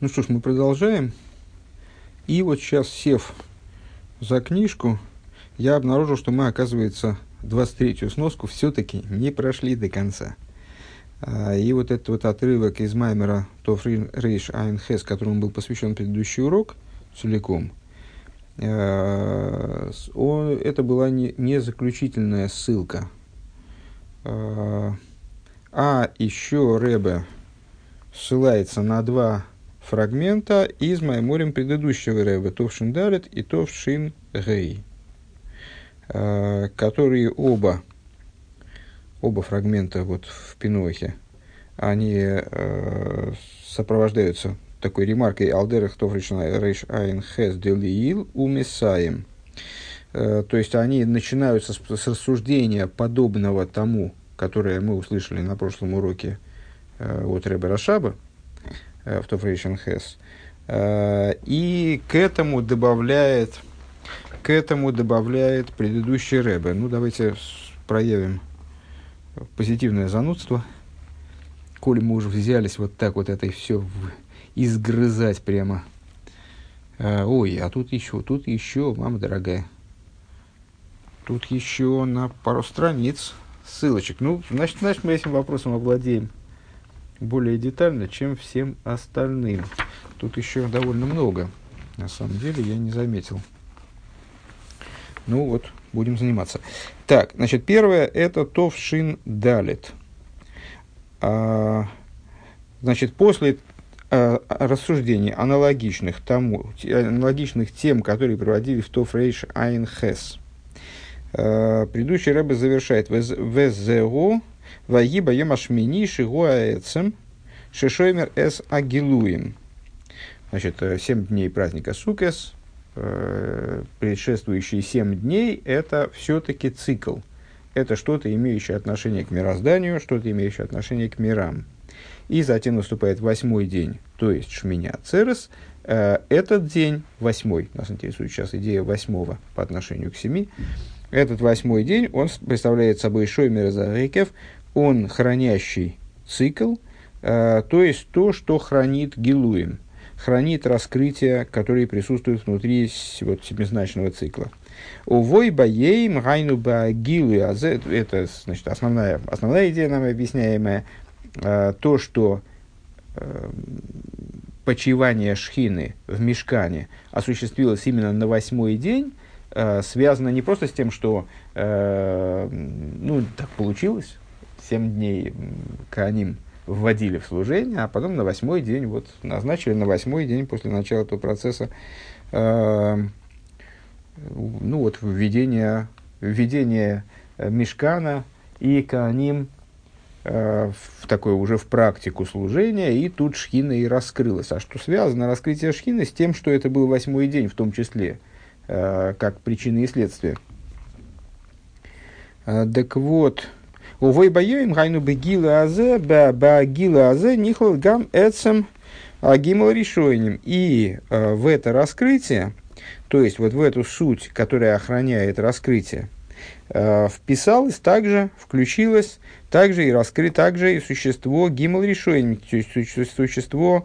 Ну что ж, мы продолжаем. И вот сейчас, сев за книжку, я обнаружил, что мы, оказывается, 23-ю сноску все-таки не прошли до конца. И вот этот вот отрывок из Маймера Тов Рейш Айн Хес, которому был посвящен предыдущий урок целиком, это была не заключительная ссылка. А еще Ребе ссылается на два фрагмента из Майморим предыдущего Ребе, Товшин Далет и Товшин Гей, которые оба фрагмента вот в Пинохе, они сопровождаются такой ремаркой «Алдерах Товшин Рейш Айн Хес Делиил у Месаем». То есть они начинаются с рассуждения, подобного тому, которое мы услышали на прошлом уроке от Ребе Рашаба в Тов Рейш Айн Хес, и к этому добавляет предыдущий Ребе. Ну, давайте проявим позитивное занудство, коли мы уже взялись вот так вот это все изгрызать прямо. Ой, а тут еще, мама дорогая, тут еще на пару страниц ссылочек. Ну, значит, мы этим вопросом овладеем более детально, чем всем остальным. Тут еще довольно много. На самом деле, я не заметил. Ну вот, будем заниматься. Так, значит, первое – это Товшин Далет. Значит, после рассуждений, аналогичных тем, которые проводили в Тов Рейш Айн Хес, предыдущий Ребе завершает «Везего вагиба йомашмини шигуаэцем шешоймер эс агилуем». Значит, 7 дней праздника Суккес, предшествующие 7 дней, это все-таки цикл. Это что-то, имеющее отношение к мирозданию, что-то, имеющее отношение к мирам. И затем наступает 8-й день, то есть Шмини Ацерес. Этот день, 8-й, нас интересует сейчас идея 8-го по отношению к 7. Этот 8-й день, он представляет собой Шоймер Зарекев, он хранящий цикл, то есть то, что хранит Гилуем, хранит раскрытия, которые присутствуют внутри вот, семизначного цикла. Увой баей мгайну багилу, это значит, основная идея, нам объясняемая, то, что почивание Шхины в Мишкане осуществилось именно на 8-й день, связано не просто с тем, что так получилось, 7 дней Коаним вводили в служение, а потом на 8-й день, вот, назначили на 8-й день после начала этого процесса введение Мишкана и Коаним в такое уже в практику служения, и тут Шхина и раскрылась. А что связано раскрытие Шхины с тем, что это был 8-й день, в том числе, как причины и следствия. Так вот, увой боем гайну бегила азе багила азе нихлал гам эцем агимал решением. И в это раскрытие, то есть вот в эту суть, которая охраняет раскрытие, включилось также и раскрыть также и существо гимал решением, то есть существо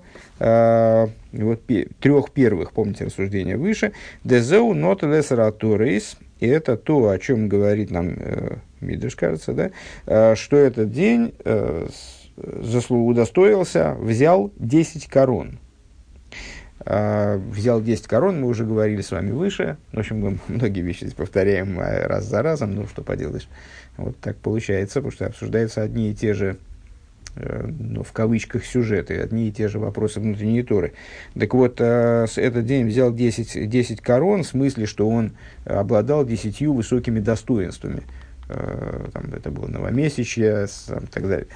трех первых, помните рассуждение выше, дезеу нот лесараторис, и это то, о чем говорит нам Мидраш, кажется, да, что этот день удостоился, взял 10 корон. Взял 10 корон, мы уже говорили с вами выше. В общем, мы многие вещи здесь повторяем раз за разом, ну, что поделаешь. Вот так получается, потому что обсуждаются одни и те же, в кавычках, сюжеты, одни и те же вопросы внутренней Торы. Так вот, этот день взял 10 корон, в смысле, что он обладал 10 высокими достоинствами. Там, это было новомесячье, и так далее.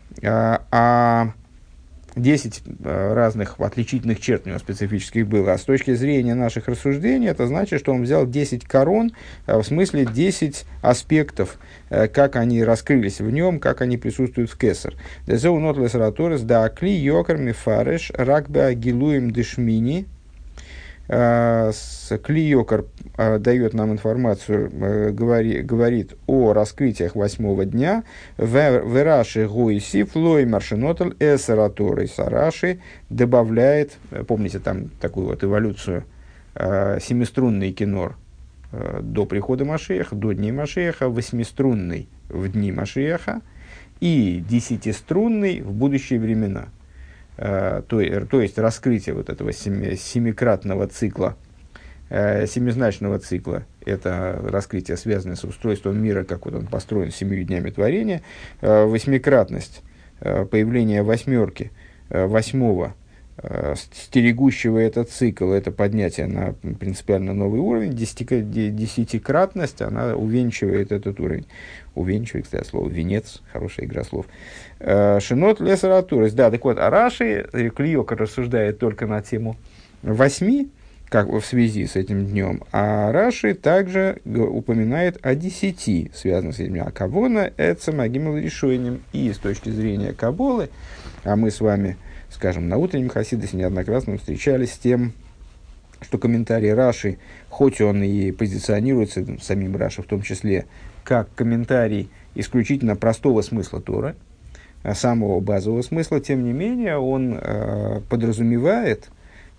10 разных отличительных черт у него специфических было. А с точки зрения наших рассуждений, это значит, что он взял 10 корон, в смысле 10 аспектов, как они раскрылись в нем, как они присутствуют в Кесар. Дезеу нотлес раторес да акли йокар мифареш ракбе агилуем дешмини Клиокар дает нам информацию, говорит о раскрытиях 8-го дня. Вераши гойси флой маршинотл эсераторы сараши добавляет, помните там такую вот эволюцию, семиструнный кинор до прихода Машиаха, до дней Машиаха, восьмиструнный в дни Машиаха и десятиструнный в будущие времена. То есть раскрытие вот этого семикратного цикла, семизначного цикла, это раскрытие, связанное с устройством мира, как вот он построен 7 днями творения, восьмикратность, появление восьмерки, восьмого, стерегущего этот цикл, это поднятие на принципиально новый уровень, десятикратность, она увенчивает этот уровень. Увенчивает, кстати, слово венец, хорошая игра слов. Шинот лесаратурис. Да, так вот, Раши, Клиокар рассуждает только на тему 8, как в связи с этим днем, а Раши также упоминает о 10, связанных с этим днем. А Кавона, это Магимал решением. И с точки зрения Каболы, а мы с вами, скажем, на утреннем Хасидосе неоднократно встречались с тем, что комментарий Раши, хоть он и позиционируется самим Раши в том числе, как комментарий исключительно простого смысла Торы, самого базового смысла, тем не менее он подразумевает,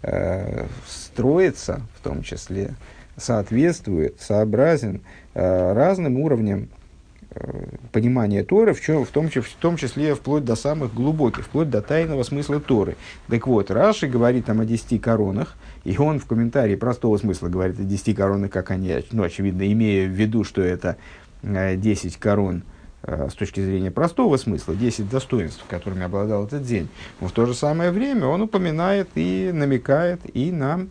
строится, в том числе, соответствует, сообразен разным уровням понимания Торы, в том числе вплоть до самых глубоких, вплоть до тайного смысла Торы. Так вот, Раши говорит там о 10 коронах, и он в комментарии простого смысла говорит о 10 коронах, как они, очевидно, имея в виду, что это 10 корон с точки зрения простого смысла, 10 достоинств, которыми обладал этот день. Но в то же самое время он упоминает и намекает и на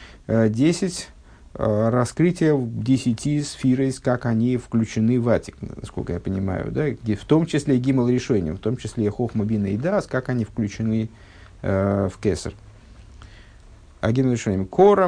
10 раскрытия 10 сферы, как они включены в Атик, насколько я понимаю, да? В том числе Гимал решением, в том числе Хохма Бина и Дас, как они включены в Кесар. А Гимал решением Кора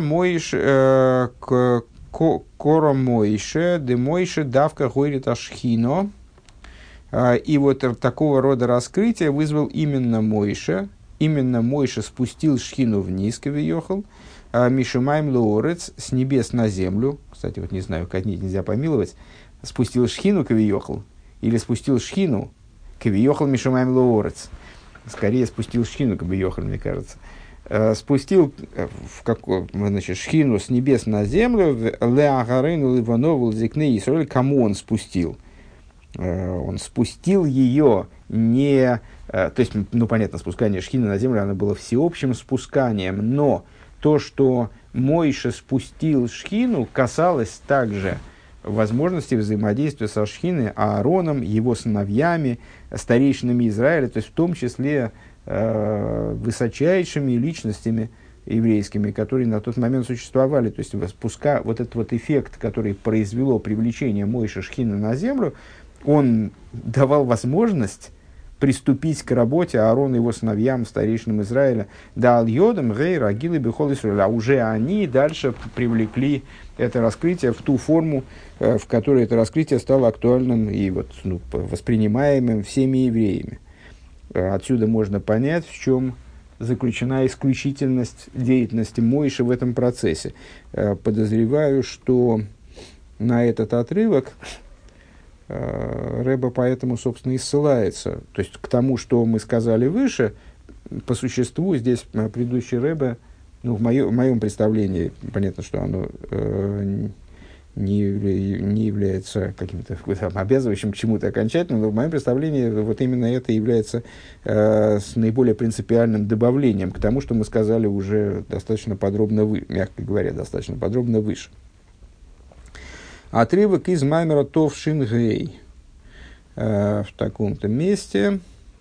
Моише, де Моише, давка гойрит ашхино. И вот такого рода раскрытие вызвал именно Моише. Именно Моише спустил шхину вниз, кавиёхал, Мишумаем лоорец, с небес на землю. Кстати, вот не знаю, каднить нельзя помиловать. Спустил шхину, кавиёхал, или спустил шхину, кавиёхал, Мишумаем лоорец. Скорее спустил шхину, кавиёхал, мне кажется. Спустил шхину с небес на землю, леагарейну ливанову зикны Исраэль. Кому он спустил? Он спустил ее не... То есть, ну, понятно, спускание шхины на землю, оно было всеобщим спусканием, но то, что Моише спустил шхину, касалось также возможности взаимодействия со шхиной, Аароном, его сыновьями, старейшинами Израиля, то есть в том числе высочайшими личностями еврейскими, которые на тот момент существовали. То есть вот этот вот эффект, который произвело привлечение Моише шхины на землю, он давал возможность приступить к работе Аарону и его сыновьям, старейшинам Израиля, да аль-йодам, гей, рагилы, бехол Исраэль. А уже они дальше привлекли это раскрытие в ту форму, в которой это раскрытие стало актуальным и вот, воспринимаемым всеми евреями. Отсюда можно понять, в чем заключена исключительность деятельности Моише в этом процессе. Подозреваю, что на этот отрывок Рэбе поэтому, собственно, и ссылается. То есть, к тому, что мы сказали выше, по существу здесь предыдущий Рэбе, в моем представлении, понятно, что оно не является каким-то обязывающим к чему-то окончательным, но в моем представлении вот именно это является с наиболее принципиальным добавлением к тому, что мы сказали уже достаточно подробно, мягко говоря, достаточно подробно выше. Отрывок из Маймера Тов Шин Гей в таком-то месте.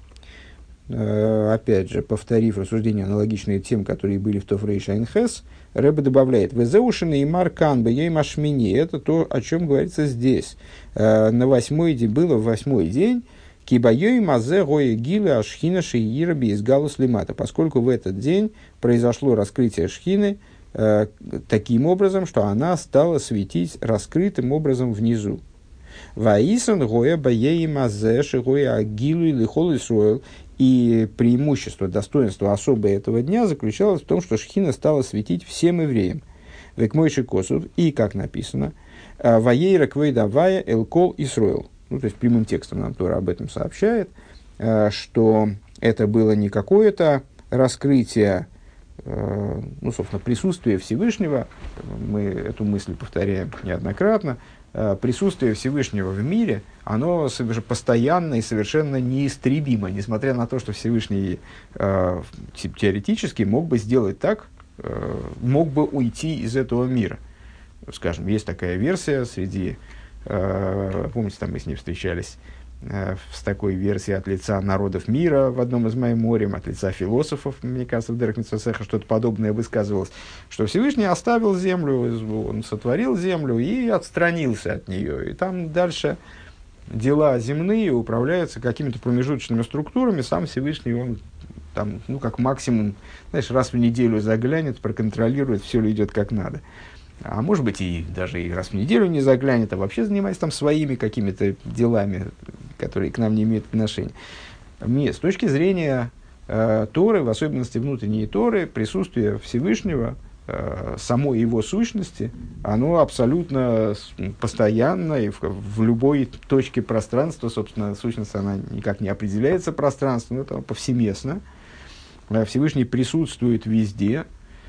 Опять же, повторив рассуждения, аналогичные тем, которые были в Тов Рейш Айн Хес, Рэбе добавляет: «Везеушины и маркан б машмини». Это то, о чем говорится здесь. На 8-й день, было в 8-й день, кибайой мазе гоя гилы ашхина шиираби из галус лимата, поскольку в этот день произошло раскрытие шхины таким образом, что она стала светить раскрытым образом внизу. Ваисан гоя баей мазе шигоя агилу или холисуэл. И преимущество, достоинство особое этого дня заключалось в том, что Шхина стала светить всем евреям. Век Мойши Косов, и, как написано, «Ваейра квейдавая элкол Исроил». Ну, то есть, прямым текстом нам Тора об этом сообщает, что это было не какое-то раскрытие, ну, собственно, присутствие Всевышнего, мы эту мысль повторяем неоднократно, присутствие Всевышнего в мире, оно постоянно и совершенно неистребимо, несмотря на то, что Всевышний теоретически мог бы сделать так, мог бы уйти из этого мира. Скажем, есть такая версия среди, помните, там мы с ней встречались, с такой версией от лица народов мира в одном из Майморим, от лица философов, мне кажется, в Дерек Митцвасеха что-то подобное высказывалось, что Всевышний оставил землю, он сотворил землю и отстранился от нее. И там дальше дела земные управляются какими-то промежуточными структурами, сам Всевышний, он там, ну, как максимум, знаешь, раз в неделю заглянет, проконтролирует, все ли идет как надо. А может быть, и даже и раз в неделю не заглянет, а вообще занимается там своими какими-то делами, которые к нам не имеют отношения. С точки зрения Торы, в особенности внутренней Торы, присутствие Всевышнего, самой его сущности, оно абсолютно постоянно и в любой точке пространства, собственно, сущность, она никак не определяется пространством, это повсеместно. Всевышний присутствует везде.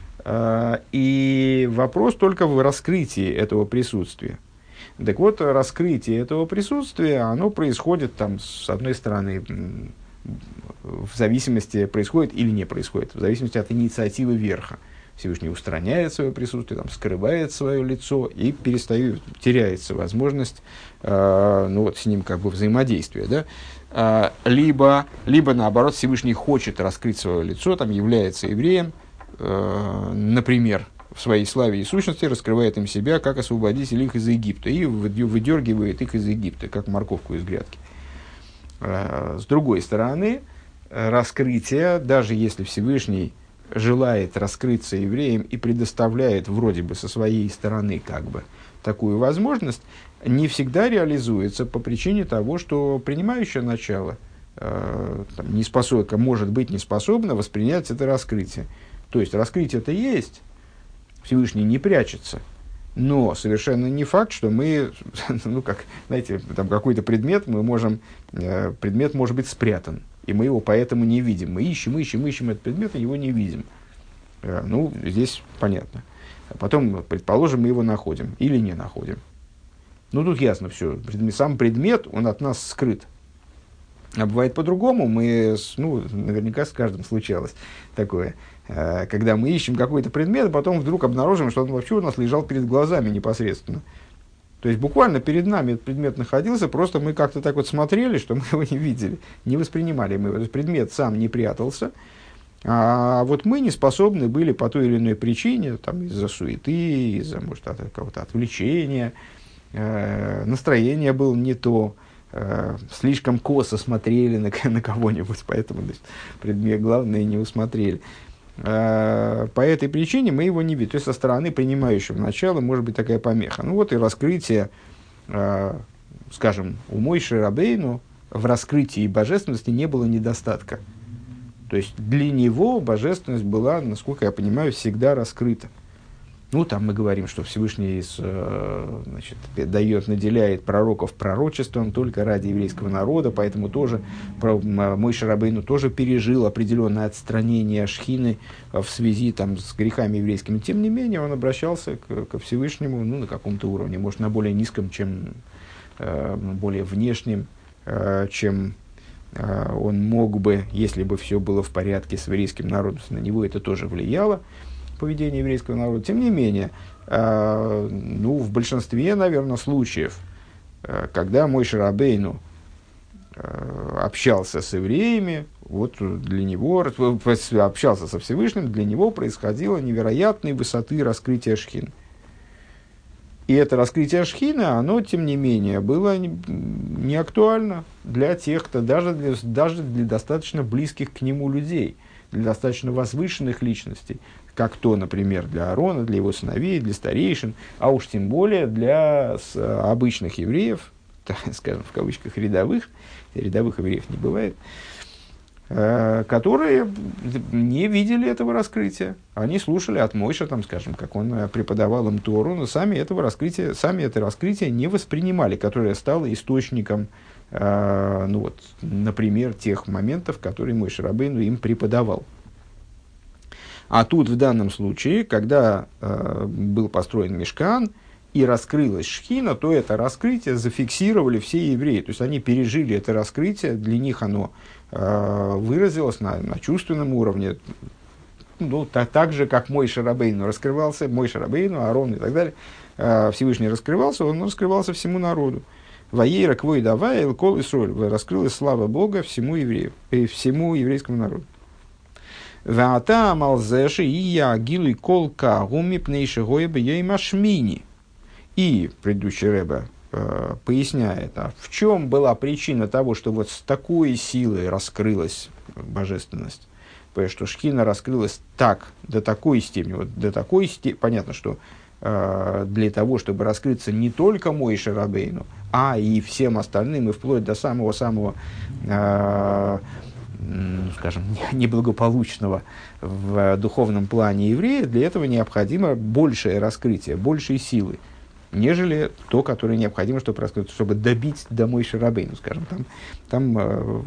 И вопрос только в раскрытии этого присутствия. Так вот, раскрытие этого присутствия, оно происходит, там, с одной стороны, в зависимости, происходит или не происходит, в зависимости от инициативы верха. Всевышний устраняет свое присутствие, там, скрывает свое лицо и теряется возможность ну, вот, с ним как бы взаимодействия. Да? Либо наоборот, Всевышний хочет раскрыть свое лицо, там, является евреем, например, в своей славе и сущности раскрывает им себя как освободитель их из Египта и выдергивает их из Египта, как морковку из грядки. С другой стороны, раскрытие, даже если Всевышний желает раскрыться евреям и предоставляет вроде бы со своей стороны как бы такую возможность, не всегда реализуется по причине того, что принимающее начало может быть не способно воспринять это раскрытие. То есть, раскрытие-то есть, Всевышний не прячется, но совершенно не факт, что мы, ну, как, знаете, там какой-то предмет, предмет может быть спрятан, и мы его поэтому не видим. Мы ищем этот предмет, и его не видим. Ну, здесь понятно. Потом, предположим, мы его находим или не находим. Ну, тут ясно все. Сам предмет, он от нас скрыт. А бывает по-другому, наверняка с каждым случалось такое, когда мы ищем какой-то предмет, а потом вдруг обнаружим, что он вообще у нас лежал перед глазами непосредственно. То есть, буквально перед нами этот предмет находился, просто мы как-то так вот смотрели, что мы его не видели, не воспринимали мы его. То есть, предмет сам не прятался, а вот мы не способны были по той или иной причине, там, из-за суеты, из-за, может, какого-то отвлечения, настроение было не то, слишком косо смотрели на кого-нибудь, поэтому, значит, предмет главное не усмотрели. По этой причине мы его не видим. То есть, со стороны принимающего начала может быть такая помеха. Ну вот и раскрытие, скажем, у Мойши Рабейну в раскрытии божественности не было недостатка. То есть, для него божественность была, насколько я понимаю, всегда раскрыта. Ну, там мы говорим, что Всевышний наделяет пророков пророчеством только ради еврейского народа, поэтому тоже Мойше Рабейну тоже пережил определенное отстранение Шхины в связи там, с грехами еврейскими. Тем не менее, он обращался ко Всевышнему на каком-то уровне, может, на более низком, чем более внешнем, чем он мог бы, если бы все было в порядке с еврейским народом. На него это тоже влияло, поведение еврейского народа. Тем не менее, в большинстве, наверное, случаев, когда Мойше Рабейну общался с евреями, вот для него, общался со Всевышним, для него происходило невероятной высоты раскрытия Шхины. И это раскрытие Шхины, оно, тем не менее, было не актуально для тех, кто даже для достаточно близких к нему людей, для достаточно возвышенных личностей, как то, например, для Аарона, для его сыновей, для старейшин, а уж тем более для обычных евреев, скажем, в кавычках, рядовых евреев не бывает, которые не видели этого раскрытия. Они слушали от Мойше, там, скажем, как он преподавал им Тору, но сами это раскрытие не воспринимали, которое стало источником, например, тех моментов, которые Мойше Рабейну им преподавал. А тут в данном случае, когда был построен Мишкан и раскрылась Шхина, то это раскрытие зафиксировали все евреи. То есть они пережили это раскрытие, для них оно выразилось на чувственном уровне. Так же, как Мойше Рабейну раскрывался, Мойше Рабейну, Аарон и так далее, Всевышний раскрывался, он раскрывался всему народу. Ваейра квой давай, элкол и соль. Раскрылась слава Бога всему еврею, и всему еврейскому народу. Ваата малзеши и я гилуй колка гуми пнейши гойбе ей машмини. И предыдущий Ребе поясняет, в чем была причина того, что вот с такой силой раскрылась божественность. Потому что Шхина раскрылась так, до такой степени. Понятно, что для того, чтобы раскрыться не только Мойше Рабейну, а и всем остальным, и вплоть до самого-самого, скажем, неблагополучного в духовном плане еврея, для этого необходимо большее раскрытие, большей силы, нежели то, которое необходимо, чтобы добить до Мойше Рабейну, скажем. Там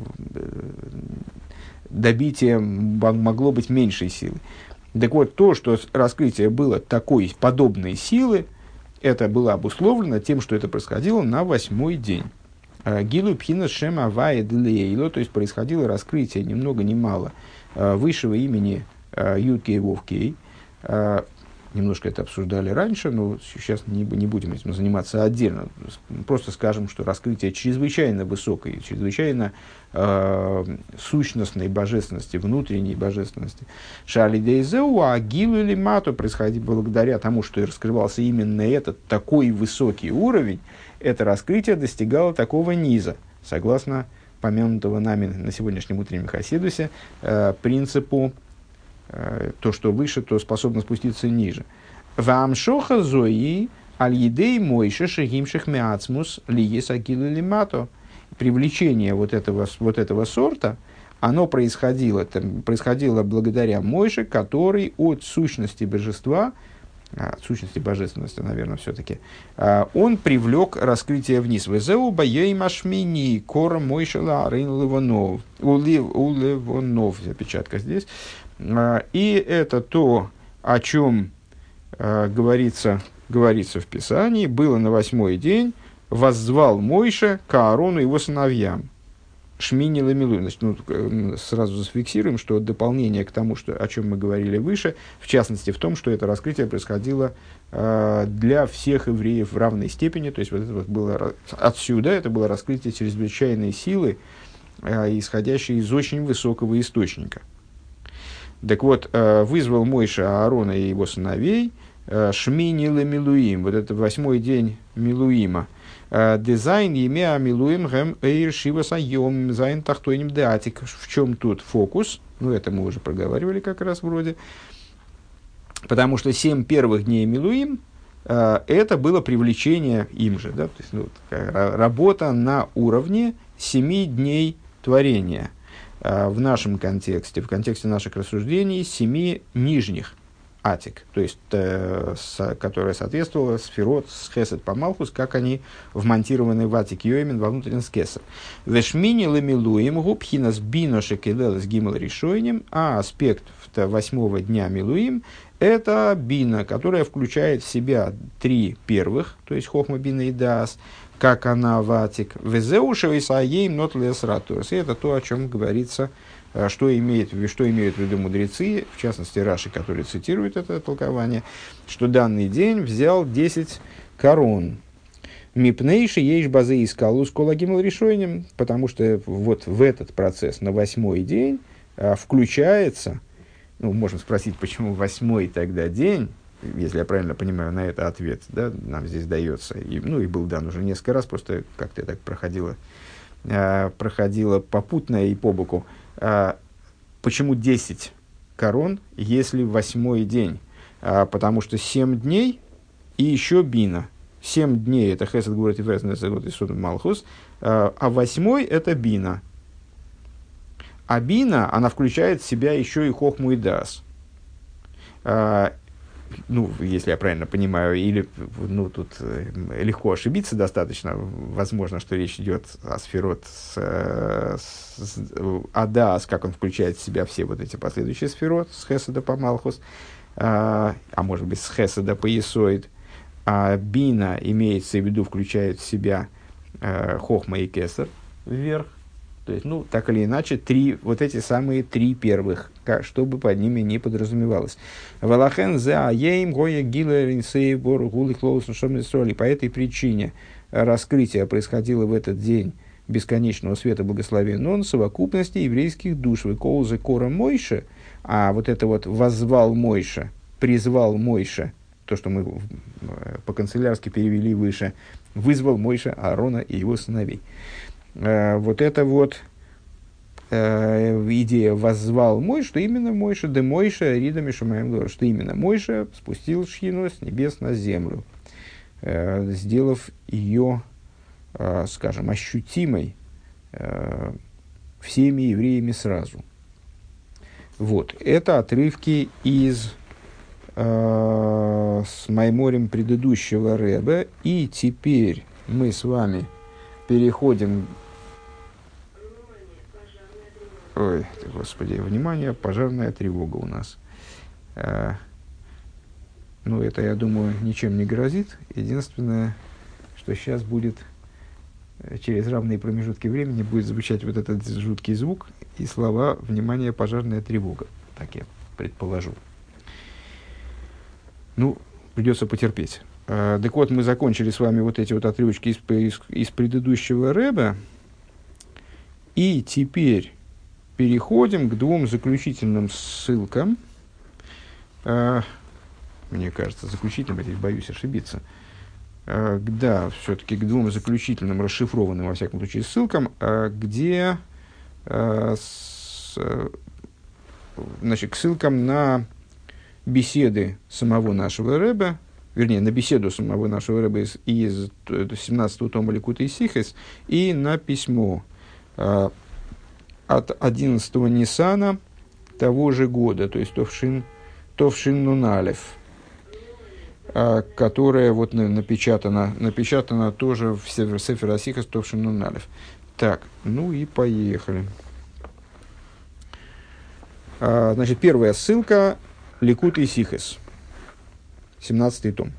добитие могло быть меньшей силы. Так вот, то, что раскрытие было такой подобной силы, это было обусловлено тем, что это происходило на 8-й день. Гилу пхина шема ваед лейло, то есть происходило раскрытие ни много ни мало высшего имени Юд-Кей Вов-Кей. Немножко это обсуждали раньше, но сейчас не будем этим заниматься отдельно. Просто скажем, что раскрытие чрезвычайно высокой, чрезвычайно сущностной божественности, внутренней божественности. Шали дейзеу агилу или мату происходило благодаря тому, что раскрывался именно этот такой высокий уровень, это раскрытие достигало такого низа, согласно помянутого нами на сегодняшнем утреннем Хасидусе принципу то, что выше, то способно спуститься ниже. Ваамшоха зои аль-едей мойше шегимших меацмус лиес агилу лимато. Привлечение вот этого сорта, оно происходило благодаря Мойше, который от сущности божества, от сущности божественности, наверное, все-таки, он привлек раскрытие вниз. Везеу баей машмини кора Мойше ларин ливонов. У ливонов, опечатка здесь. И это то, о чем говорится в Писании, было на 8-й день, воззвал Мойше к Аарону и его сыновьям. Шмини ламилуй. Значит, сразу зафиксируем, что дополнение к тому, о чем мы говорили выше, в частности в том, что это раскрытие происходило для всех евреев в равной степени. То есть вот это вот было, отсюда это было раскрытие чрезвычайной силы, исходящей из очень высокого источника. Так вот, вызвал Мойше Аарона и его сыновей Шмини ламилуим. Вот это 8-й день Милуима. Дизайн имя Милуим гэм эйр шива сайом зайн тахтойним деатик. В чем тут фокус? Это мы уже проговаривали как раз вроде. Потому что 7 первых дней Милуим это было привлечение им же. Да? То есть, работа на уровне 7 дней творения. В нашем контексте, в контексте наших рассуждений, 7 нижних атик, то есть, которая соответствовала сферот с хесед по малхус, как они вмонтированы в атик йоимин во внутренний скесер. Вешмини ламилуим губхинас бино шекелелес гимал решойним, а аспект 8-го дня милуим – это бина, которая включает в себя 3 первых, то есть хохма, бина и даас, как она в атик. Везеушева и саеем нот лесратурс. И это то, о чем говорится, что имеют в виду мудрецы, в частности Раши, который цитирует это толкование, что данный день взял 10 корон. Мипнейши ейш базы искалу с колагимал решением, потому что вот в этот процесс на 8-й день включается, можно спросить, почему 8-й тогда день, если я правильно понимаю, на это ответ, да, нам здесь дается, и был дан уже несколько раз, просто как-то так проходило попутно и по боку. Почему 10 корон, если 8-й день? Потому что 7 дней и еще бина. 7 дней это хесед гвурат и фесед и содом малхус, а 8-й это бина. А бина, она включает в себя еще и хохму и дас. Ну, если я правильно понимаю, или, ну, тут легко ошибиться достаточно. Возможно, что речь идет о сферот Адас, как он включает в себя все вот эти последующие сферот, с Хеседа по Малхус, а может быть, с Хеседа по Есоид. А бина, имеется в виду, включает в себя Хохма и Кесар вверх. То есть, ну, так или иначе, вот эти самые три первых, чтобы под ними не подразумевалось. Валахен за аеим гоя гилер инсей бор гулы клоусн шомный соли. По этой причине раскрытие происходило в этот день бесконечного света благословения, но в совокупности еврейских душ. Выкоузы кора Мойше, а вот это вот воззвал Мойша, призвал Мойша, то, что мы по-канцелярски перевели выше, вызвал Мойша Аарона и его сыновей. Вот это вот идея воззвал Мойша, что именно Мойша, де Мойша, Рида Мишумаем, что именно Мойша спустил шхину с небес на землю, сделав ее, скажем, ощутимой всеми евреями сразу. Вот, это отрывки из с Майморем предыдущего Ребе, и теперь мы с вами переходим. Ой, господи, внимание, пожарная тревога у нас. Ну, это, я думаю, ничем не грозит. Единственное, что сейчас будет, через равные промежутки времени, будет звучать вот этот жуткий звук и слова «внимание, пожарная тревога». Так я предположу. Ну, придется потерпеть. Так вот, мы закончили с вами вот эти вот отрывочки из предыдущего Ребе. И теперь переходим к двум заключительным ссылкам. Мне кажется, заключительным, я боюсь ошибиться. Да, все-таки к двум заключительным, расшифрованным, во всяком случае, ссылкам, где, значит, к ссылкам на беседы самого нашего Ребе, вернее, на беседу самого нашего Ребе из 17-го тома Ликутей Сихес и на письмо от 11-го Ниссана того же года, то есть Товшин Нун Алеф, которая вот напечатана тоже в Сефер Асихас Товшин Нун Алеф. Так, ну и поехали. Значит, первая ссылка Ликутей Сихес, 17-й том.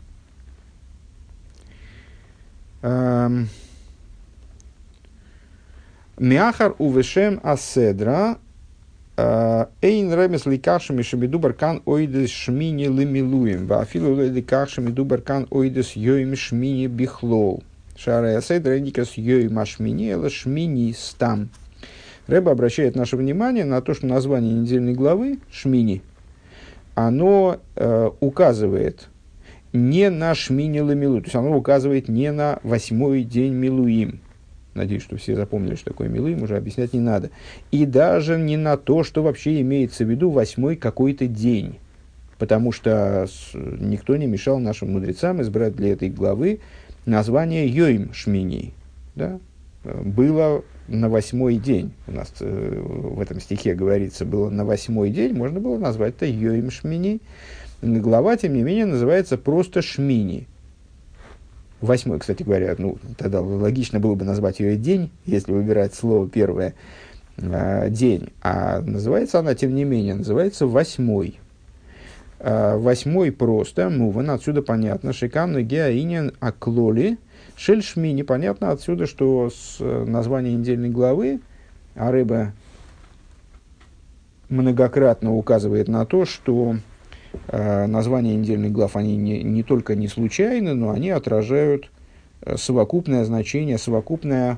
Миахар увешем аседра эйн ремес ликашами шемидубар кан ойдес шмини лимилуем вафилу ликашами дубар кан ойдес йоим шмини бихлол шара аседра эндикас йоим ашмини эла шмини стам. Рэбе обращает наше внимание на то, что название недельной главы шмини, оно указывает не на шмини ламилу, то есть оно указывает не на 8-й день Милуим. Надеюсь, что все запомнили, что такое Милуим, уже объяснять не надо. И даже не на то, что вообще имеется в виду 8-й какой-то день. Потому что никто не мешал нашим мудрецам избрать для этой главы название Йоим Шмини. Да? Было на 8-й день. У нас в этом стихе говорится, было на 8-й день, можно было назвать это Йоим Шмини. Глава, тем не менее, называется просто Шмини. 8-й, кстати говоря, ну, тогда логично было бы назвать ее день, если выбирать слово первое, день. А называется она, тем не менее, называется 8-й. 8-й просто, муван, отсюда понятно, шикамный геаинен аклоли, шель шмини, понятно отсюда, что с названия недельной главы Рэбе многократно указывает на то, что названия недельных глав, они не только не случайны, но они отражают совокупное значение, совокупное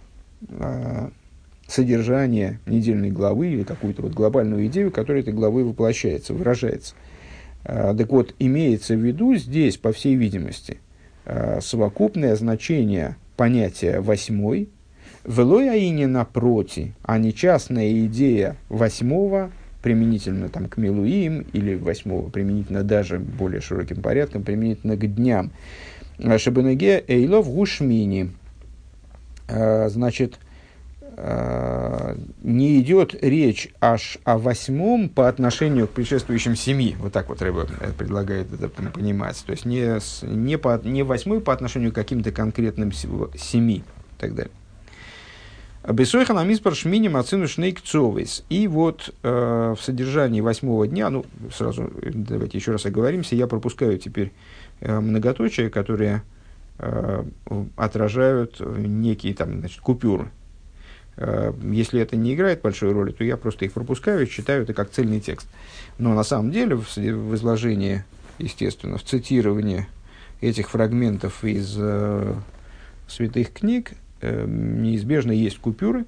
содержание недельной главы или какую-то вот глобальную идею, которая этой главой воплощается, выражается. Так вот, имеется в виду здесь, по всей видимости, совокупное значение понятия 8-й, велой аине напроти, а не частная идея 8-го, применительно там, к Милуим, или 8-го, применительно даже более широким порядком, применительно к дням. Шабанеге эйлов гушмини. Значит, не идет речь аж о 8 по отношению к предшествующим 7. Вот так вот Рэбе предлагает это понимать. То есть не 8 по отношению к каким-то конкретным 7 и так далее. Бесойхан амиспар шмини мацину шнейк цовейс. И вот в содержании 8 дня, ну, сразу давайте еще раз оговоримся, я пропускаю теперь многоточия, которые отражают некие там, значит, купюры. Если это не играет большой роли, то я просто их пропускаю и читаю это как цельный текст. Но на самом деле в изложении, естественно, в цитировании этих фрагментов из святых книг неизбежно есть купюры.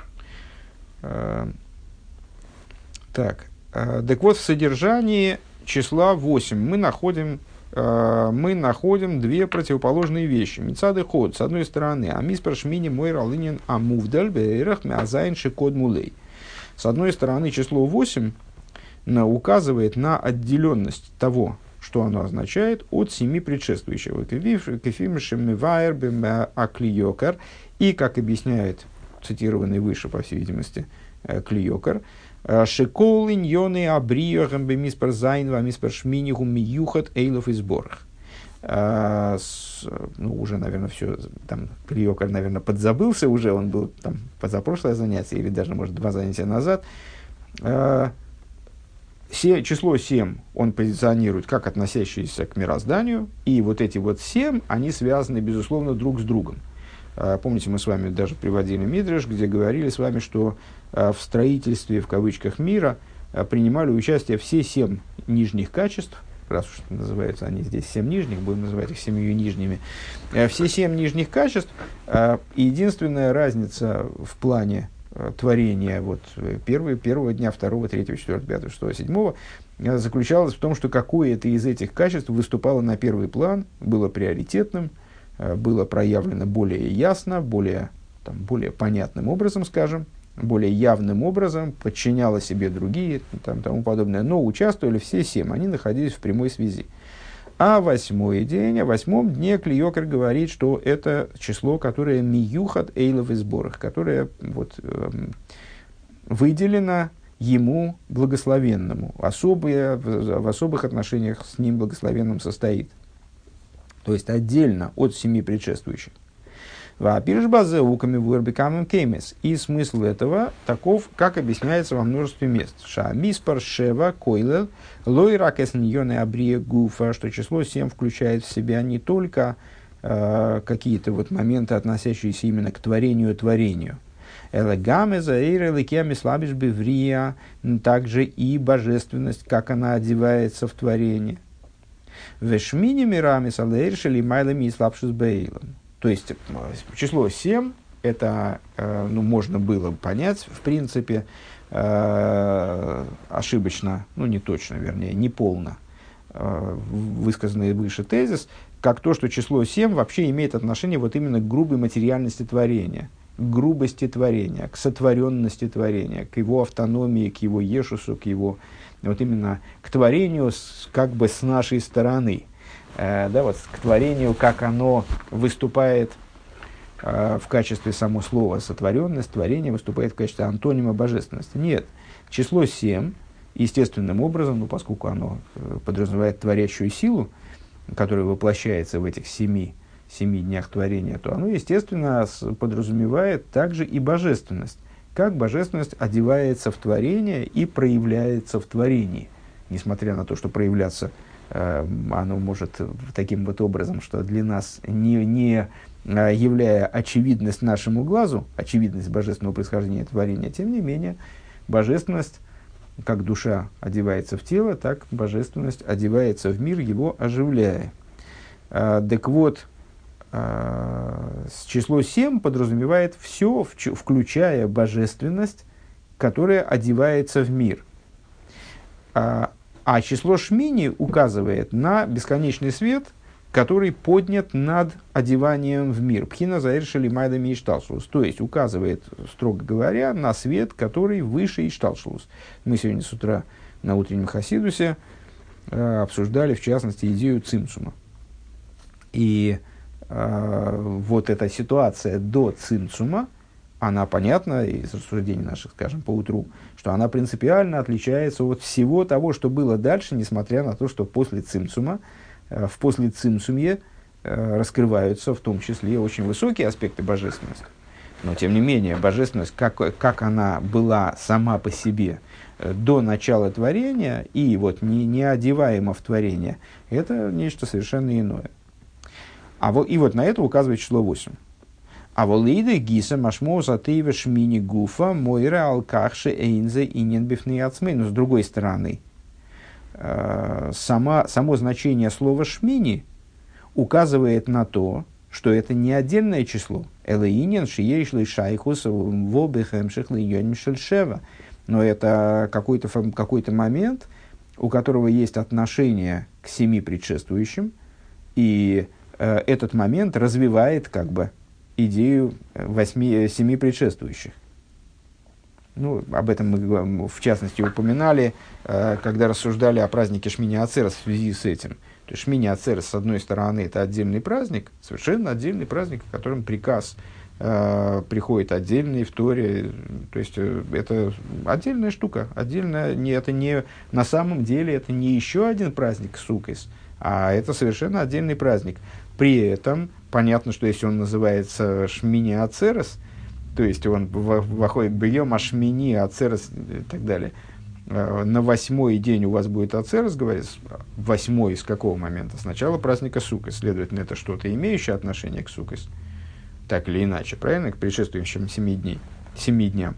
Так вот, в содержании числа 8 мы находим две противоположные вещи. Мицады ход, с одной стороны, амиспар шмини мойр алынин амувдаль бэйрах мязайн шикод мулей. С одной стороны, число 8 указывает на отделенность того, что оно означает, от 7 предшествующих. И, как объясняет цитированный выше, по всей видимости, Клиокар, «Шекол иньоны абриохам бемиспар зайн вамиспар шминихум миюхат эйлов и сборах». Ну, уже, наверное, все, там, Клиокар, наверное, подзабылся уже, он был там позапрошлое занятие, или даже, может, 2 занятия назад. Число 7 он позиционирует как относящееся к мирозданию, и вот эти вот 7, они связаны, безусловно, друг с другом. Помните, мы с вами даже приводили мидреш, где говорили с вами, что в строительстве, в кавычках, мира принимали участие все 7 нижних качеств, раз уж называются они здесь 7 нижних, будем называть их 7 нижними, все 7 нижних качеств. Единственная разница в плане творения вот, первого дня, 2, 3, 4, 5, 6, 7 заключалась в том, что какое-то из этих качеств выступало на первый план, было приоритетным, было проявлено более ясно, более понятным образом, скажем, более явным образом, подчиняло себе другие, тому подобное, но участвовали все 7, они находились в прямой связи. А 8 день, о 8 дне Клиокер говорит, что это число, которое миюхат эйлов и сборах, которое вот, выделено ему благословенному, в особых отношениях с ним благословенным состоит. То есть отдельно от 7 предшествующих. И смысл этого таков, как объясняется во множестве мест. Миспар шева койлел лойракес ньоне абрия гуфа, что число 7 включает в себя не только какие-то вот моменты, относящиеся именно к творению, также и божественность, как она одевается в творение. Вешмини мирами салэйршели майлами и слабшус бейлом. То есть число 7, это можно было понять, в принципе, ошибочно, не точно, вернее, неполно высказанный выше тезис, как то, что число 7 вообще имеет отношение вот именно к грубой материальности творения, к грубости творения, к сотворенности творения, к его автономии, к его ешусу, к его, вот именно к творению как бы с нашей стороны. Вот, к творению, как оно выступает в качестве само слова сотворенность, творение выступает в качестве антонима божественности. Нет, число 7 естественным образом, поскольку оно подразумевает творящую силу, которая воплощается в этих 7 днях творения, то оно, естественно, подразумевает также и божественность. Как божественность одевается в творение и проявляется в творении, несмотря на то, что проявляться оно может таким вот образом, что для нас, не являя очевидность нашему глазу, очевидность божественного происхождения творения, тем не менее, божественность, как душа одевается в тело, так божественность одевается в мир, его оживляя. Так вот, число 7 подразумевает все, включая божественность, которая одевается в мир. А число шмини указывает на бесконечный свет, который поднят над одеванием в мир. Пхина заэршили майдами и шталшус. То есть указывает, строго говоря, на свет, который выше и шталшус. Мы сегодня с утра на утреннем хасидусе обсуждали, в частности, идею цимсума. И вот эта ситуация до цимсума, она понятна из рассуждений наших, скажем, поутру, что она принципиально отличается от всего того, что было дальше, несмотря на то, что после цимцума, в после цимцумье раскрываются в том числе очень высокие аспекты божественности. Но, тем не менее, божественность, как она была сама по себе до начала творения и вот не одеваема в творение, это нечто совершенно иное. И вот на это указывает число 8. А волейда гиса машмоса тейва шмини гуфа мойра алкахши эйнзе инен бифны ацмей. Но с другой стороны, само значение слова шмини указывает на то, что это не отдельное число. Элэинен шиейшлый шайхус вобихэм шихлэйоним шельшева. Но это какой-то момент, у которого есть отношение к 7 предшествующим, и этот момент развивает как бы идею 7 предшествующих. Ну, об этом мы, в частности, упоминали, когда рассуждали о празднике Шмини Ацерес в связи с этим. То есть Шмини Ацерес, с одной стороны, это отдельный праздник, совершенно отдельный праздник, в котором приказ приходит отдельный в Торе. То есть это отдельная штука. На самом деле это не еще один праздник Суккос, а это совершенно отдельный праздник. При этом понятно, что если он называется Шмини Ацерес, то есть он выходит бьем Ашмини Ацерес и так далее, на 8-й день у вас будет Ацерес, говорится, 8-й с какого момента? С начала праздника Суккос. Следовательно, это что-то имеющее отношение к Суккос. Так или иначе, правильно? К предшествующим 7 дням.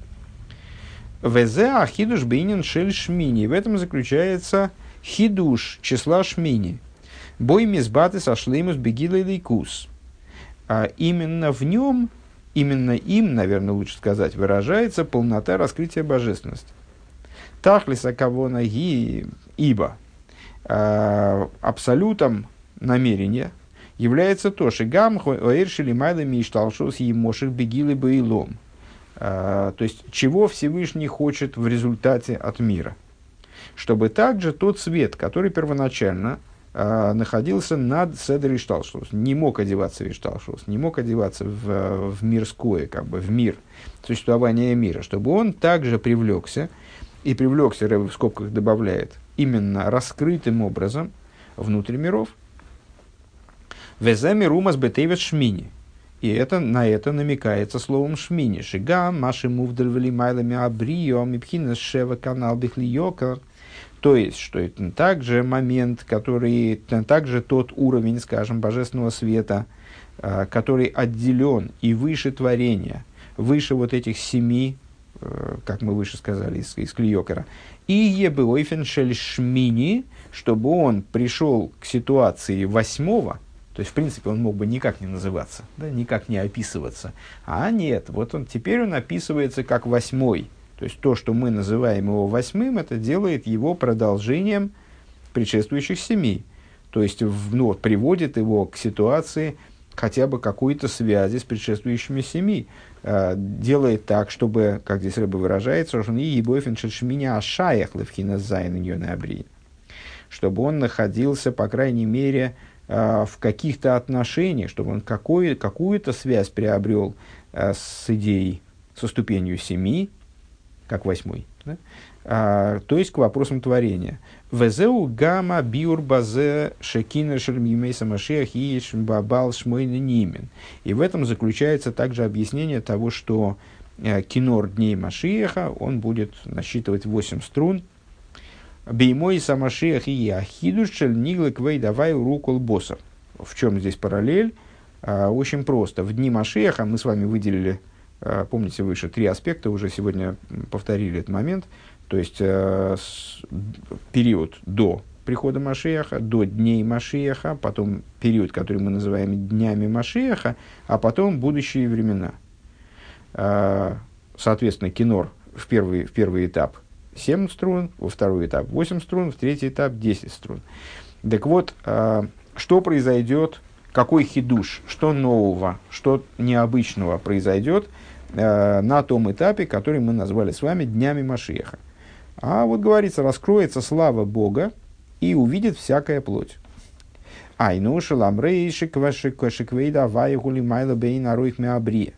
Везе ахидуш бейнин шель шмини. В этом заключается хидуш числа шмини. Бой мизбаты сошлеймус бегилой лейкус. Именно в нем, именно им, наверное, лучше сказать, выражается полнота раскрытия божественности. Тахлиса кавона ги, ибо абсолютом намерения является то, что гам оэршили майлами и шталшос емоших бегилы бейлом. То есть, чего Всевышний хочет в результате от мира. Чтобы также тот свет, который первоначально находился над Седер Ишталшус, не мог одеваться в Ишталшус, не мог одеваться в мирское, как бы в мир, существование мира, чтобы он также привлекся, и привлекся, в скобках добавляет, именно раскрытым образом внутрь миров. Веземи румас бетевет шмини. И на это намекается словом шмини. Шига, маши мувдальвали майлами абрио, мипхина шева канал бихлиёка. То есть, что это также момент, также тот уровень, скажем, божественного света, который отделен и выше творения, выше вот этих 7, как мы выше сказали, из клиёкера. И ебеойфен шель шмини, чтобы он пришел к ситуации 8-го, то есть, в принципе, он мог бы никак не называться, да, никак не описываться. А нет, вот теперь он описывается как 8-й. То есть, то, что мы называем его 8-м, это делает его продолжением предшествующих 7. То есть, приводит его к ситуации хотя бы какой-то связи с предшествующими 7. Делает так, чтобы, как здесь Рэбе выражается, чтобы он находился, по крайней мере, в каких-то отношениях, чтобы он какую-то связь приобрел с идеей, со ступенью 7, как 8-й, да? То есть к вопросам творения. Везеу гамма биур базе шекинер шельмимейса машиах и бабал шмойны нимен. И в этом заключается также объяснение того, что кинор дней Машиаха, он будет насчитывать 8 струн. Беймой самашиах и ахидуш шель ниглы квей давай рукол боссов. В чем здесь параллель? Очень просто. В дни Машиаха мы с вами выделили, помните выше, 3 аспекта, уже сегодня повторили этот момент. То есть, период до прихода Машиаха, до дней Машиаха, потом период, который мы называем днями Машиаха, а потом будущие времена. Соответственно, кинор в первый этап 7 струн, во второй этап 8 струн, в третий этап 10 струн. Так вот, что произойдет, какой хидуш, что нового, что необычного произойдет на том этапе, который мы назвали с вами днями Машиаха. А вот говорится, раскроется слава Бога и увидит всякая плоть. То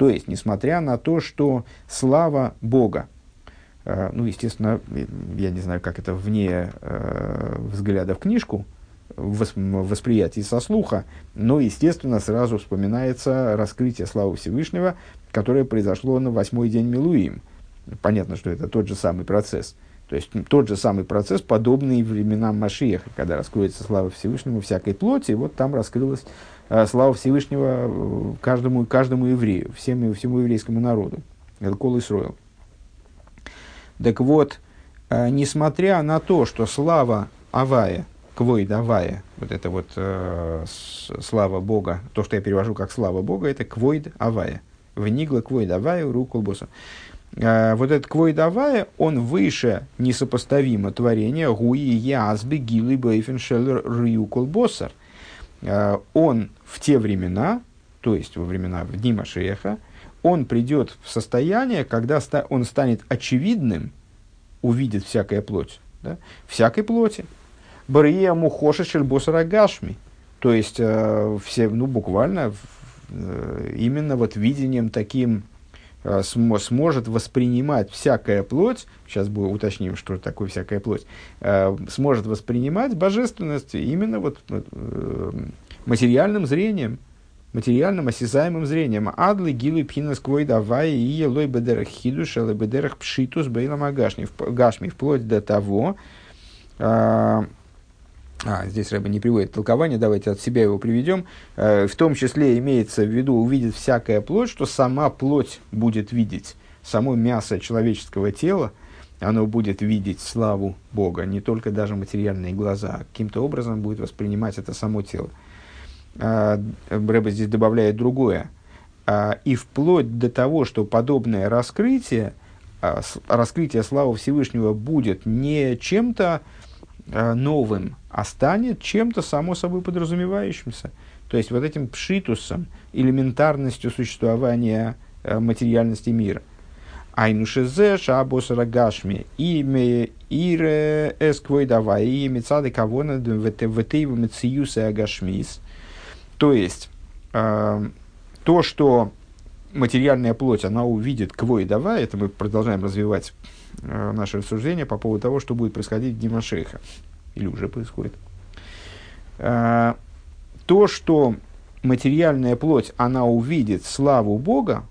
То есть, несмотря на то, что слава Бога, естественно, я не знаю, как это вне взгляда в книжку, восприятии со слуха, но, естественно, сразу вспоминается раскрытие славы Всевышнего, которое произошло на 8-й день Милуим. Понятно, что это тот же самый процесс. То есть, тот же самый процесс, подобный временам Машиаха, когда раскроется слава Всевышнему всякой плоти, вот там раскрылась слава Всевышнего каждому еврею, всему еврейскому народу. Это Кол Исроэл. Так вот, несмотря на то, что слава Авая, Квойд Авая, вот это вот слава Бога, то, что я перевожу как слава Бога, это Квойд Авая. Внигла Квойд Авая, ру колбоса. Вот этот Квойд Авая, он выше несопоставимо творения Гуи Язби Гилы Бейфеншел Рю колбосар. Он в те времена, то есть во времена, в дни Машиаха, он придет в состояние, когда он станет очевидным, увидит всякая плоть, да? Всякой плоти. Бария мухоши шельбосара гашми. То есть, буквально, именно вот видением таким сможет воспринимать всякая плоть, сейчас уточним, что такое всякая плоть, сможет воспринимать божественность именно вот материальным зрением, материальным осязаемым зрением. Адлы гилы пхинас квой давай и елой бедерах хидуш, елой бедерах пшитус бейлам агашми, вплоть до того, здесь Рэбе не приводит толкование, давайте от себя его приведем. В том числе имеется в виду увидит всякая плоть, что сама плоть будет видеть, само мясо человеческого тела, оно будет видеть славу Бога, не только даже материальные глаза, а каким-то образом будет воспринимать это само тело. Рэбе здесь добавляет другое. И вплоть до того, что подобное раскрытие славы Всевышнего будет не чем-то новым, а станет чем-то само собой подразумевающимся. То есть вот этим пшитусом, элементарностью существования материальности мира. Айнушезе шабосара гашми име ире эсквой давай и мецады кавона втейва мециюса агашмис. То есть то, что материальная плоть, она увидит квой давай, это мы продолжаем развивать наше рассуждение по поводу того, что будет происходить в дни Машиаха. Или уже происходит. То, что материальная плоть, она увидит славу Бога,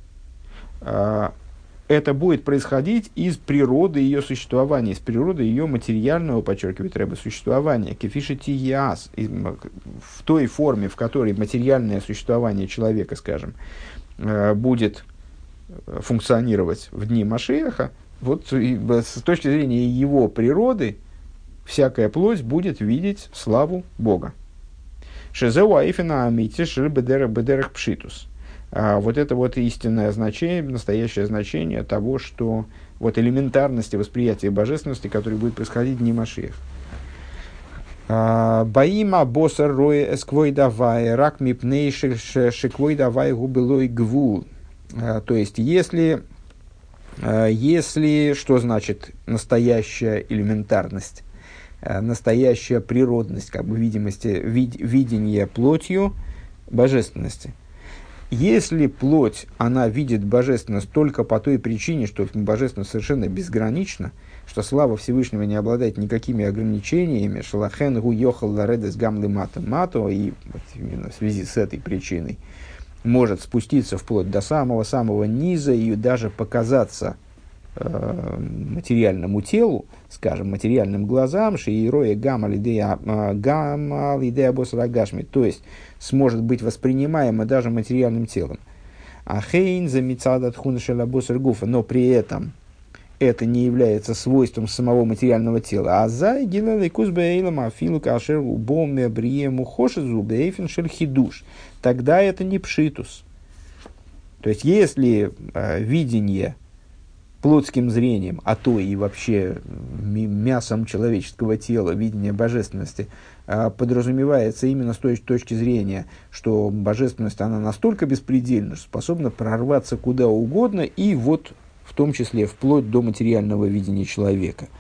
это будет происходить из природы ее существования, из природы ее материального, подчеркивает Рэбе, существования. Кефиши тияс, в той форме, в которой материальное существование человека, скажем, будет функционировать в дни Машиаха, вот с точки зрения его природы, всякая плоть будет видеть славу Бога. Шезеу аифина амити шель бедерах пшитус. Вот это вот истинное значение, настоящее значение того, что вот элементарности восприятия божественности, которое будет происходить в дни Машиах. Баима босар роя эсквой давай, рак мипней шеквой давай губелой гвул. То есть, если, что значит настоящая элементарность, настоящая природность, как бы видение плотью божественности. Если плоть, она видит божественность только по той причине, что божественность совершенно безгранична, что слава Всевышнего не обладает никакими ограничениями, шалахен гу йохал ларедес гамлы мато, и вот именно в связи с этой причиной может спуститься вплоть до самого-самого низа и даже показаться материальному телу, скажем, материальным глазам, шиироя гамалидея босрагашми, то есть сможет быть воспринимаемо даже материальным телом. А хейн за мицадат хуншела босргуфа, но при этом это не является свойством самого материального тела. А за гилалейкус бейлам афилу кашер убомме бриему хошезу бейфен шельхидуш. Тогда это не пшитус. То есть, если видение плотским зрением, а то и вообще мясом человеческого тела, видение божественности, подразумевается именно с той точки зрения, что божественность, она настолько беспредельна, что способна прорваться куда угодно, и вот в том числе вплоть до материального видения человека,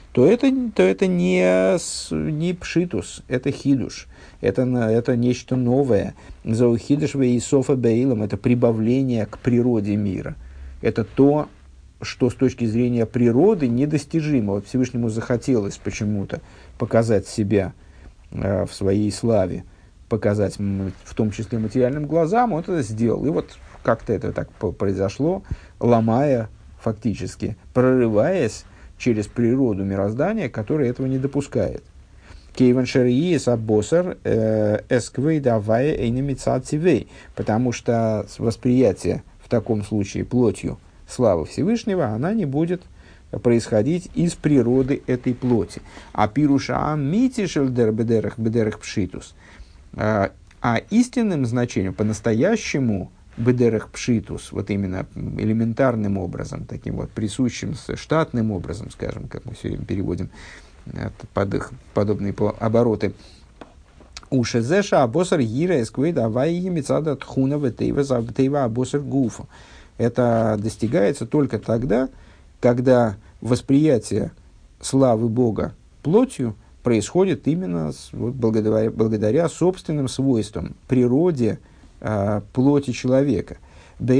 то это не пшитус, это хидуш, это нечто новое. Зоухидуш вейсофа беилом, это прибавление к природе мира. Это то, что с точки зрения природы недостижимо. Вот Всевышнему захотелось почему-то показать себя в своей славе, показать в том числе материальным глазам, он это сделал. И вот как-то это так произошло, ломая фактически, прорываясь через природу мироздания, которая этого не допускает. Кейвен шерии саббосар эсквей давая эйнемицативей, потому что восприятие в таком случае плотью славы Всевышнего, она не будет происходить из природы этой плоти. А пируша амитишель бедерах пшитус. А истинным значением, по-настоящему, бедерах пшитус, вот именно элементарным образом, таким вот присущим штатным образом, скажем, как мы все время переводим под их подобные обороты. Ушезеша абосар гира эсквей давай емицада тхуна ветейва абосар гуфа. Это достигается только тогда, когда восприятие славы Бога плотью происходит именно благодаря собственным свойствам, природе плоти человека. То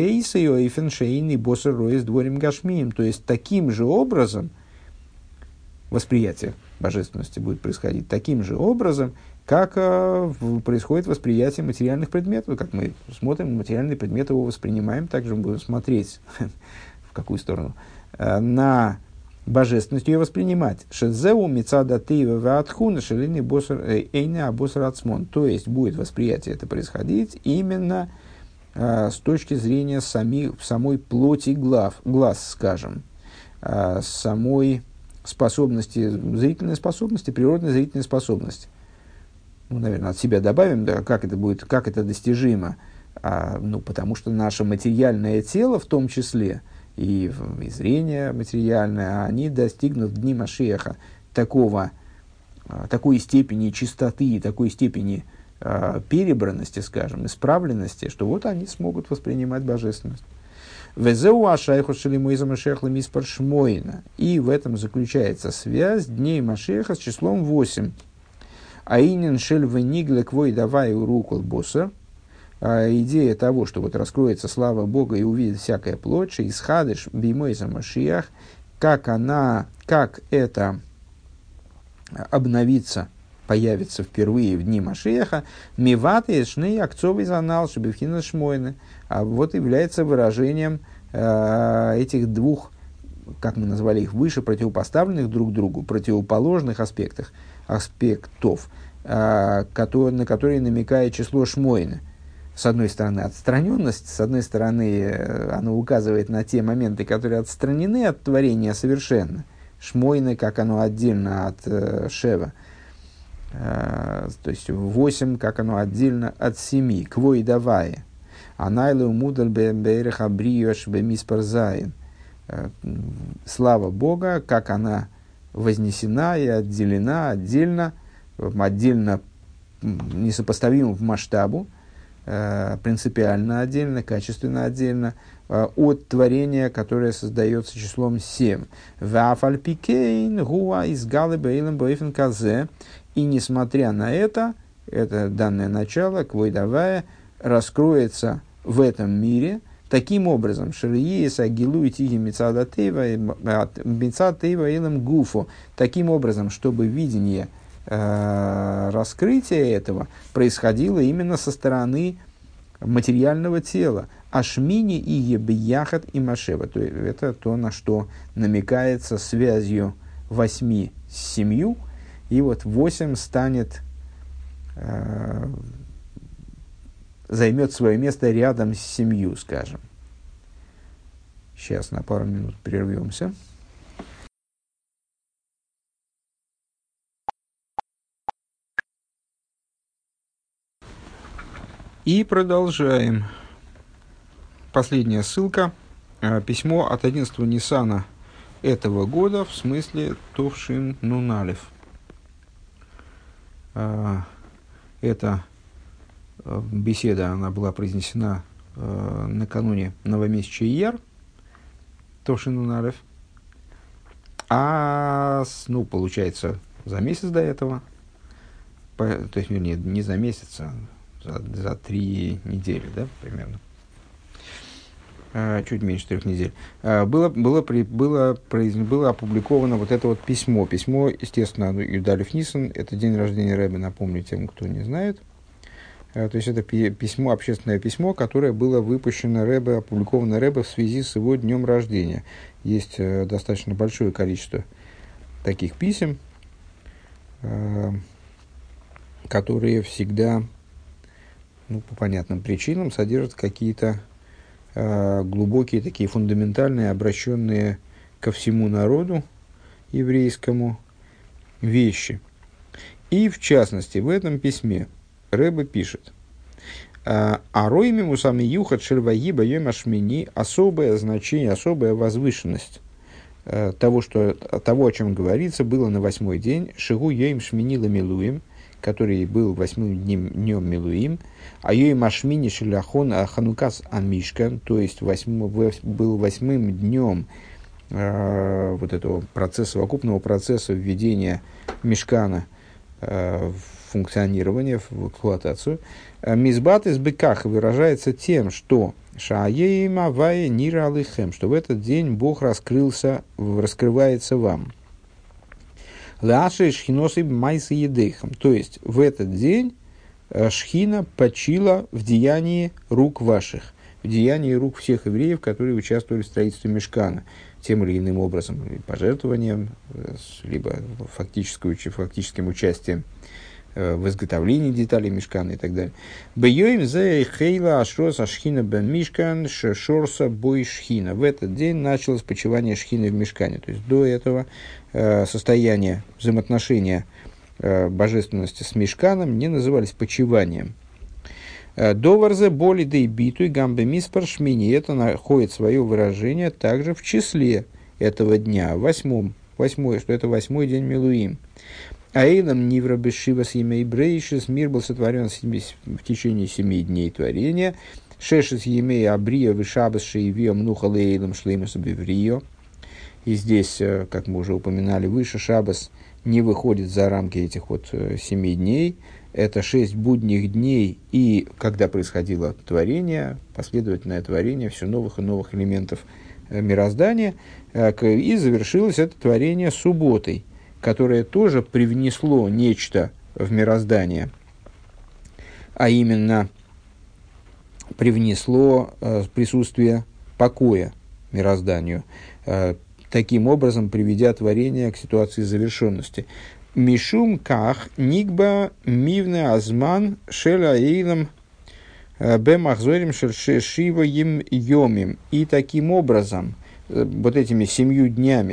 есть таким же образом восприятие божественности будет происходить таким же образом, как происходит восприятие материальных предметов. Как мы смотрим на материальные предметы, его воспринимаем, также мы будем смотреть в какую сторону, на божественность ее воспринимать. Шезеу мицада тейва ваатхуна шелини босар эйне абосар ацмон. То есть будет восприятие это происходить именно с точки зрения самой плоти глаз, скажем, самой способности, зрительной способности, природной зрительной способности. Ну, наверное, от себя добавим, да, как это будет, как это достижимо. Потому что наше материальное тело, в том числе, и зрение материальное, они достигнут в дни Машиаха такой степени чистоты, такой степени перебранности, скажем, исправленности, что вот они смогут воспринимать божественность. И в этом заключается связь дней Машиаха с числом 8. Аинин шель венигле квой давай урукол босса. Идея того, что вот раскроется слава Бога и увидит всякая плоть, исхадыш бимойса Машиах, как это обновится, появится впервые в дни Машиаха, миваты шней акцовый занал шебевхина шмойны, а вот является выражением этих двух, как мы назвали их выше, противопоставленных друг другу, противоположных аспектов, на которые намекает число шмойны. С одной стороны, отстраненность, с одной стороны, оно указывает на те моменты, которые отстранены от творения совершенно. Шмойны, как оно отдельно от Шева. То есть 8, как оно отдельно от 7. Квой давай. Анайлу мудаль берех абриюш бемиспарзайн. Слава Бога, как она вознесена и отделена отдельно несопоставимо в масштабу, принципиально отдельно, качественно отдельно от творения, которое создается числом 7. И несмотря на это данное начало, квойдавая, раскроется в этом мире таким образом, таким образом, чтобы видение раскрытие этого происходило именно со стороны материального тела. Ашмини и ебияхат и машева. То есть это то, на что намекается связью 8 с 7. И вот 8 займет свое место рядом с 7, скажем. Сейчас на пару минут прервемся. И продолжаем. Последняя ссылка. Письмо от 11 Ниссана этого года, в смысле Товшин Нуналев. Эта беседа, она была произнесена накануне новомесячия Ияр, Товшин Нуналев. Ну, получается, за месяц до этого, то есть, вернее, не за месяц, а за 3 недели, да, примерно, чуть меньше 3 недель, было опубликовано вот это вот письмо. Письмо, естественно, Юдалев Нисан, это день рождения Ребе, напомню тем, кто не знает. То есть, это письмо, общественное письмо, которое было выпущено Ребе, опубликовано Ребе в связи с его днем рождения. Есть достаточно большое количество таких писем, которые всегда, ну, по понятным причинам, содержат какие-то глубокие, такие фундаментальные, обращенные ко всему народу еврейскому вещи. И, в частности, в этом письме Ребе пишет: «Аройми мусами юхат шельваиба йомашмини» — особое значение, особая возвышенность того, о чем говорится, было на 8-й день, «Шигу йоим шмини ламилуим», который был 8-м днем Милуим, а йоим ашмини шеляхон ханукас амишкан, то есть был 8-м днем вот этого процесса, совокупного процесса введения мишкана в функционирование, в эксплуатацию. Мизбат из быках выражается тем, что шаеима вае нира алыхем, что в этот день Бог раскрывается вам. Лаши шхиносы майсы едейхам, то есть в этот день шхина почила в деянии рук ваших, в деянии рук всех евреев, которые участвовали в строительстве мишкана, тем или иным образом, пожертвованием, либо фактическим участием в изготовлении деталей мишкана и так далее. Бейоим зе хейла ашрос ашхина бен мишкан шорса бой шхина. В этот день началось почивание шхины в мишкане. То есть до этого состояние взаимоотношения божественности с мишканом не назывались почиванием. Доварзе боли да и биту и гамбе миспар шмини. Это находит свое выражение также в числе этого дня, 8-й, что это 8-й день Милуим. Аэйлам нивра бешива с имя Ибрейшис, мир был сотворен в течение 7 дней творения. Шешес емей абрия вишабас шеевия мнуха лейлам шлеймас беврио. И здесь, как мы уже упоминали выше, шабас не выходит за рамки этих вот 7 дней. Это 6 будних дней, и когда происходило творение, последовательное творение все новых и новых элементов мироздания, и завершилось это творение субботой, которое тоже привнесло нечто в мироздание, а именно привнесло присутствие покоя мирозданию, таким образом приведя творение к ситуации завершенности. Мишум ках никба мивне азман шеля эйлам бемахзорим шершива им йомим. И таким образом, вот этими 7 днями,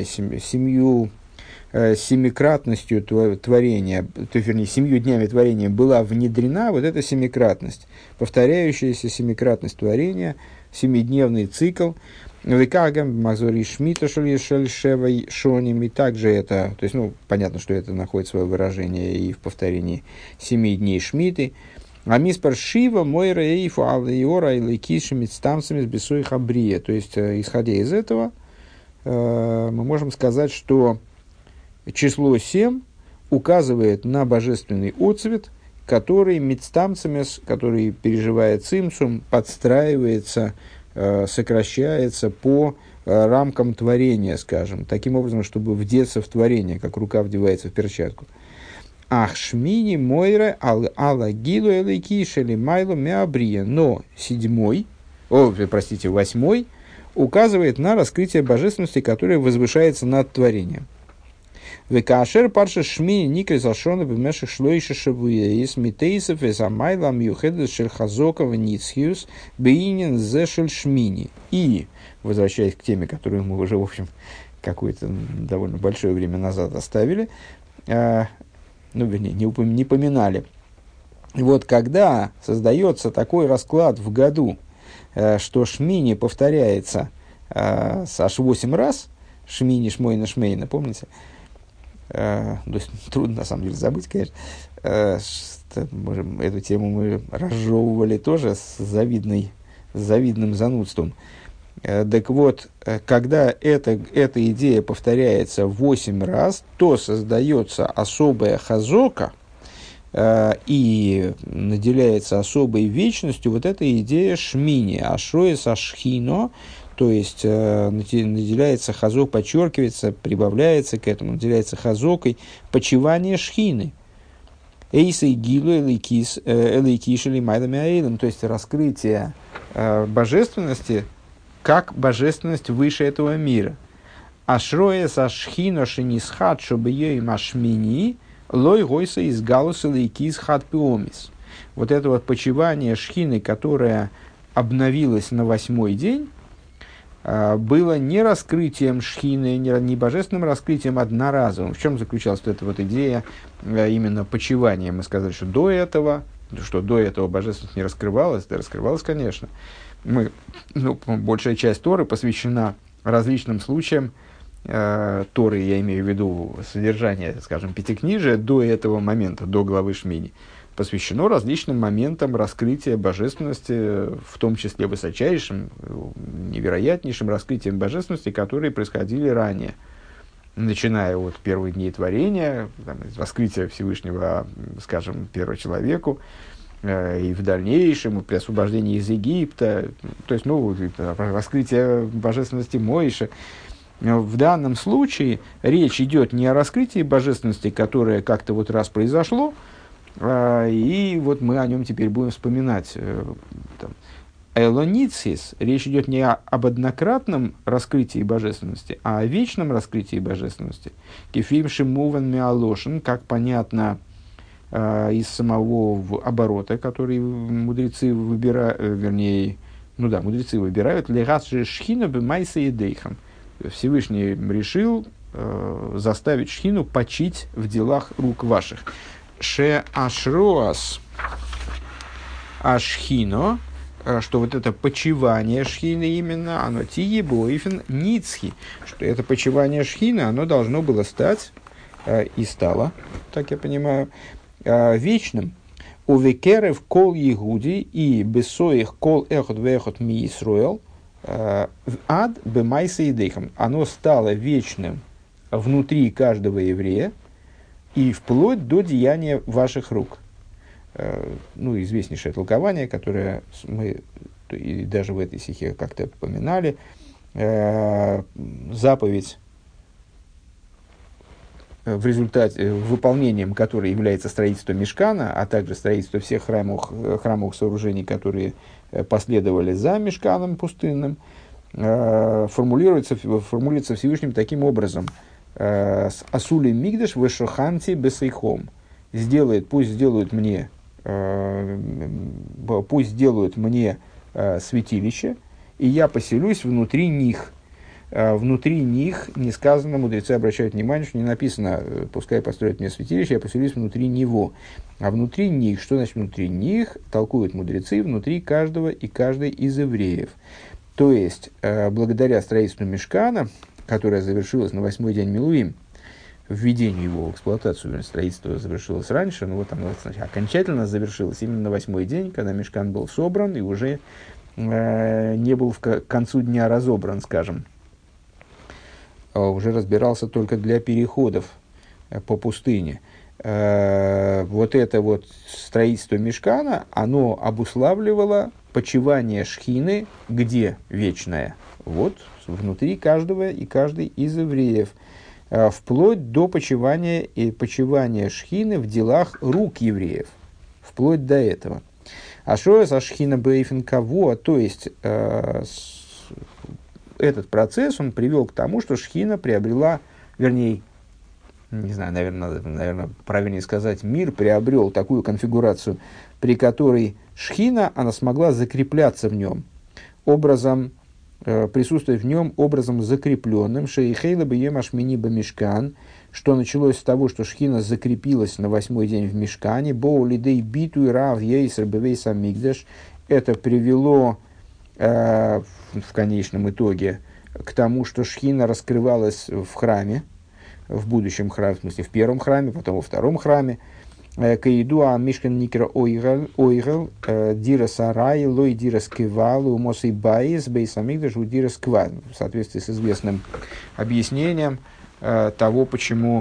7-кратностью творения, то есть, вернее, 7 днями творения была внедрена вот эта 7-кратность, повторяющаяся 7-кратность творения, 7-дневный цикл. Викагам мазори шмита шельшевой шоним, и также это, то есть, ну, понятно, что это находит свое выражение и в повторении 7 дней шмиты. А миспар шива мойра эйфу алиора и лейкишами стамцами с бесой хабрия. То есть, исходя из этого, мы можем сказать, что число 7 указывает на божественный отцвет, который мицтамцемес, который переживает цимсум, подстраивается, сокращается по рамкам творения, скажем, таким образом, чтобы вдеться в творение, как рука вдевается в перчатку. Ах шмини мойре алла гилу элейкишели майло меабрия. Но 8-й указывает на раскрытие божественности, которое возвышается над творением. Векашер парша шмини никрис ашона бемешек шлойши шавуя из митейсов из амайлам юхедес шельхазокова ницхиус бейнин зешель шмини. И, возвращаясь к теме, которую мы уже, в общем, какое-то довольно большое время назад оставили, не поминали. И вот когда создается такой расклад в году, что шмини повторяется аж 8 раз, шмини, шмойна, шмейна, помните? То есть, трудно на самом деле забыть, конечно. Эту тему мы разжевывали тоже с завидным занудством. Так вот, когда эта идея повторяется 8 раз, то создается особая хазока и наделяется особой вечностью вот эта идея шмини, ашроес ашхино, то есть наделяется хазок, подчеркивается, прибавляется к этому, наделяется хазокой почивание шхины. Эйса и гилу элейкиш или майдами аэйлем, то есть раскрытие божественности как божественность выше этого мира. Ашроес ашхино шинисхат шобeye машмини лой гойса из галуса лейкис хат пиомис. Вот это вот почивание шхины, которое обновилось на 8-й день, было не раскрытием шхины, не божественным раскрытием одноразовым. В чем заключалась вот эта вот идея именно почивания? Мы сказали, что до этого божественность не раскрывалась, да раскрывалась, конечно. Большая часть Торы посвящена различным случаям, Торы, я имею в виду содержание, скажем, пятикнижия до этого момента, до главы Шмини, посвящено различным моментам раскрытия божественности, в том числе высочайшим, невероятнейшим раскрытием божественности, которые происходили ранее, начиная от первых дней творения, раскрытия Всевышнего, скажем, первочеловеку, и в дальнейшем, при освобождении из Египта, то есть, раскрытие божественности Моише. В данном случае речь идет не о раскрытии божественности, которое как-то вот раз произошло, и вот мы о нем теперь будем вспоминать. Элоницис, речь идет не об однократном раскрытии божественности, а о вечном раскрытии божественности. Кефим шимуван миалошин, как понятно из самого оборота, который мудрецы выбирают, мудрецы выбирают, легас же шхина бемайса и дейхам. Всевышний решил заставить шхину почить в делах рук ваших. Ше ашроас ашхино, что вот это почивание шхины именно, оно тие боифен ницхи, что это почивание шхины, оно должно было стать и стало, так я понимаю, вечным. У векерев кол егуди и бесоих кол эхот вехот ми Исруэл ад бемайса и дейхам. Оно стало вечным внутри каждого еврея и вплоть до деяния ваших рук. Известнейшее толкование, которое мы и даже в этой стихе как-то упоминали, заповедь, в результате, выполнением которой является строительство Мишкана, а также строительство всех храмовых сооружений, которые последовали за Мишканом пустынным, формулируется Всевышним таким образом: «Асули мигдаш вешоханти бесейхом». Пусть сделают мне святилище, и я поселюсь внутри них. Внутри них не сказано, мудрецы обращают внимание, что не написано «пускай построят мне святилище, я поселюсь внутри него». А внутри них, что значит внутри них, толкуют мудрецы, внутри каждого и каждой из евреев. То есть, благодаря строительству Мишкана, которое завершилось на 8-й день Милуим, введение его в эксплуатацию, строительство завершилось раньше, но вот оно окончательно завершилось именно на 8-й день, когда Мишкан был собран и уже не был к концу дня разобран, скажем. Уже разбирался только для переходов по пустыне. Вот это вот строительство Мишкана, оно обуславливало почивание шхины, где вечное? Вот внутри каждого и каждой из евреев, вплоть до почивания шхины в делах рук евреев, вплоть до этого. Ашроес ашхина бейфен каво, то есть этот процесс, он привел к тому, что шхина приобрела, вернее, не знаю, наверное, правильнее сказать, мир приобрел такую конфигурацию, при которой шхина, она смогла закрепляться в нем, присутствовать в нем образом закрепленным, шейхейла бьем ашмини бамишкан, что началось с того, что шхина закрепилась на 8-й день в Мишкане, боу лидей биту и рав ейсер бевейса мигдаш, это привело в конечном итоге к тому, что шхина раскрывалась в храме, в будущем храме, в смысле в первом храме, потом во втором храме, Каидуа Мишкан Никера Ойгел, Дира Сарай, Лой Дира Скивал, Умосей Байс, Бейсамигдаш, Удира Сква, в соответствии с известным объяснением того, почему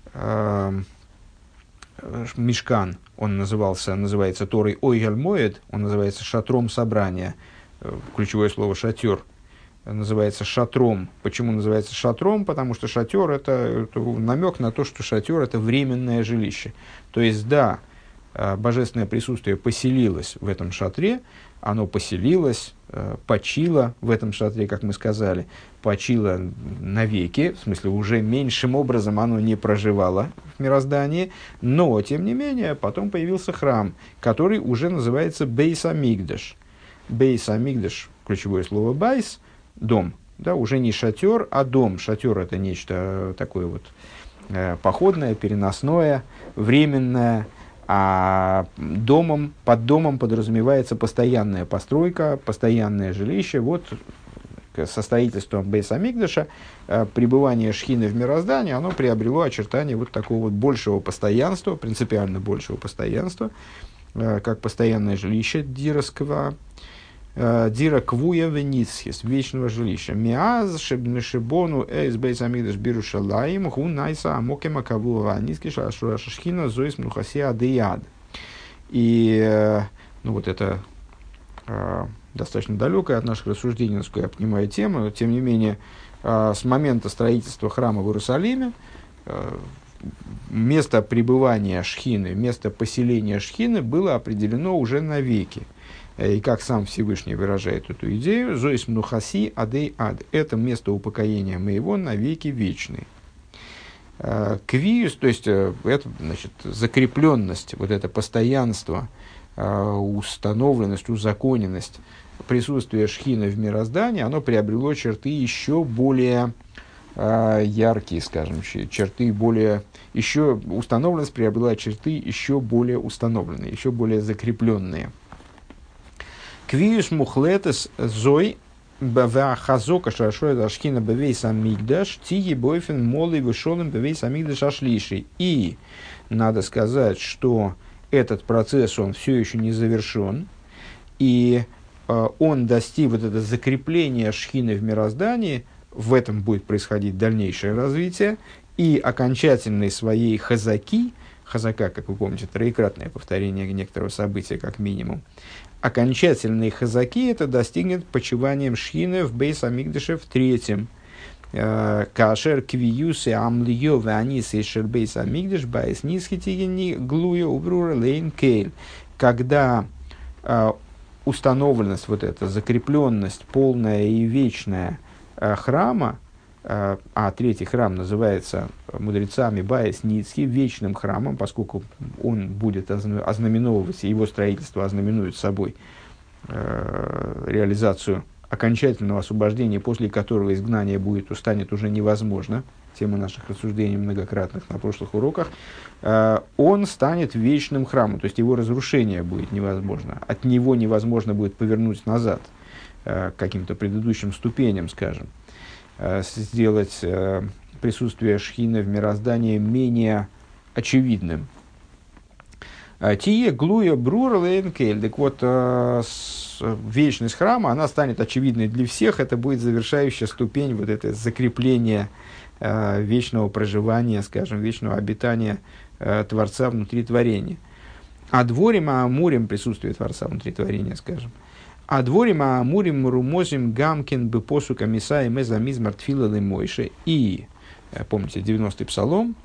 Мишкан, он называется Торой Ойгел Моед, он называется шатром собрания, ключевое слово шатер, называется шатром. Почему называется шатром? Потому что шатер это намек на то, что шатер это временное жилище. То есть, да, божественное присутствие поселилось в этом шатре, оно поселилось, почило в этом шатре, как мы сказали, почило навеки, в смысле уже меньшим образом оно не проживало в мироздании, но, тем не менее, потом появился храм, который уже называется Бейс Амикдаш. Бейс Амикдаш, ключевое слово байс, дом, да, уже не шатер, а дом. Шатер это нечто такое вот походное, переносное, временное, а под домом подразумевается постоянная постройка, постоянное жилище. Вот со строительством Бейс Амикдаша пребывание шхины в мироздании, оно приобрело очертания вот такого вот большего постоянства, принципиально большего постоянства, как постоянное жилище Дирского, Дира Квуя Веницхис, вечного жилища. Миаз шебнешебону эйс Бейс Амикдаш Бирушалаим гу найса амокема кавуа ваницки шашхина зоис мнухаси адеяд. И ну, вот это достаточно далекая от наших рассуждений, насколько я понимаю, тема, но тем не менее с момента строительства храма в Иерусалиме место пребывания шхины, место поселения шхины было определено уже навеки. И как сам Всевышний выражает эту идею, «Зоис мнухаси адей ад» – это место упокоения моего навеки вечный. Квиус, то есть, это, значит, закрепленность, вот это постоянство, установленность, узаконенность присутствия шхины в мироздании, оно приобрело черты еще более яркие, скажем, черты более, еще установленность приобрела черты еще более установленные, еще более закрепленные. Квиус мухлетес зой бавахазока шашой дашхина бавейс амигдаш тиги бойфен молы вышолым бавейс амигдаш ашлиши. И надо сказать, что этот процесс, он все еще не завершен, и он достиг, вот это закрепление шхины в мироздании, в этом будет происходить дальнейшее развитие, и окончательной своей хазаки, хазака, как вы помните, троекратное повторение некоторого события, как минимум, окончательные хазаки это достигнет почиванием шхины в Бейс Амикдаше в третьем. Кашер квиюсы амлиё ванисы шер Бейс Амикдаш байс нисхитигени глуя убрура лейн кейл. Когда установленность, вот эта закрепленность полная и вечная храма, а третий храм называется мудрецами Байес Ницхи вечным храмом, поскольку он будет ознаменовываться, его строительство ознаменует собой реализацию окончательного освобождения, после которого изгнание станет уже невозможно, тема наших рассуждений многократных на прошлых уроках, он станет вечным храмом, то есть его разрушение будет невозможно, от него невозможно будет повернуть назад к каким-то предыдущим ступеням, скажем, сделать присутствие шхины в мироздании менее очевидным. Тие глуя брура лейнкель. Так вот, вечность храма, она станет очевидной для всех. Это будет завершающая ступень, вот это закрепление вечного проживания, скажем, вечного обитания Творца внутри творения. А дворим амурим, присутствие Творца внутри творения, скажем. А дворим амурим румозим гамкин бы посука мисаи мезамиз мартфила лемойши. И, помните, 90-й псалом,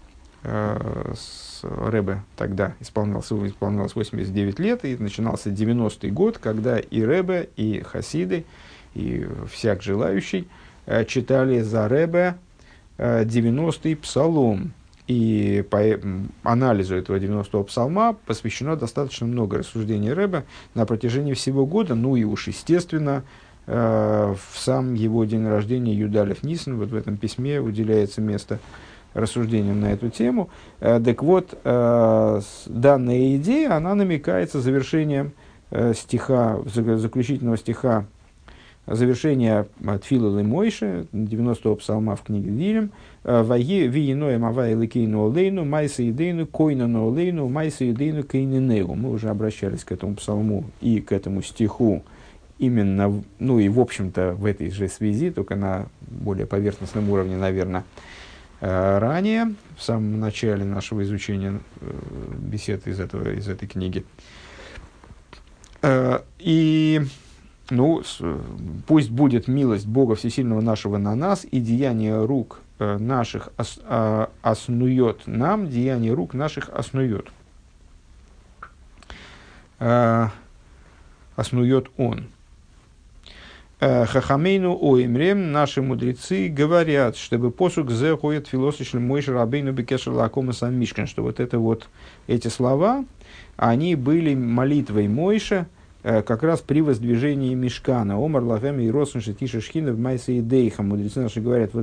Ребе тогда исполнялось 89 лет, и начинался 90-й год, когда и Ребе, и хасиды, и всяк желающий читали за Ребе 90-й псалом. И по анализу этого 90-го псалма посвящено достаточно много рассуждений Ребе на протяжении всего года, ну и уж естественно в сам его день рождения Юдалев Нисан, вот в этом письме уделяется место рассуждениям на эту тему. Так вот, данная идея, она намекается завершением стиха, заключительного стиха завершение Тфилы Лемойши, 90-го псалма в книге Дилем, «Виеноем авай лекейну олейну, майса едейну, койнану олейну, майса едейну кейненеу». Мы уже обращались к этому псалму и к этому стиху именно, ну и в общем-то в этой же связи, только на более поверхностном уровне, наверное, ранее, в самом начале нашего изучения бесед из этой книги. И пусть будет милость Бога Всесильного нашего на нас, и деяние рук наших оснует нам, деяние рук наших оснует. Оснует Он. Хахамейну оимрем, наши мудрецы говорят, чтобы посук зе ходит философ Мойше Рабейну бекешер лакома сам Мишкан, что эти слова, они были молитвой Мойше, как раз при воздвижении Мишкана. Омар лахем и росн шетиша шхина в майсе и дейха. Мудрецы наши говорят,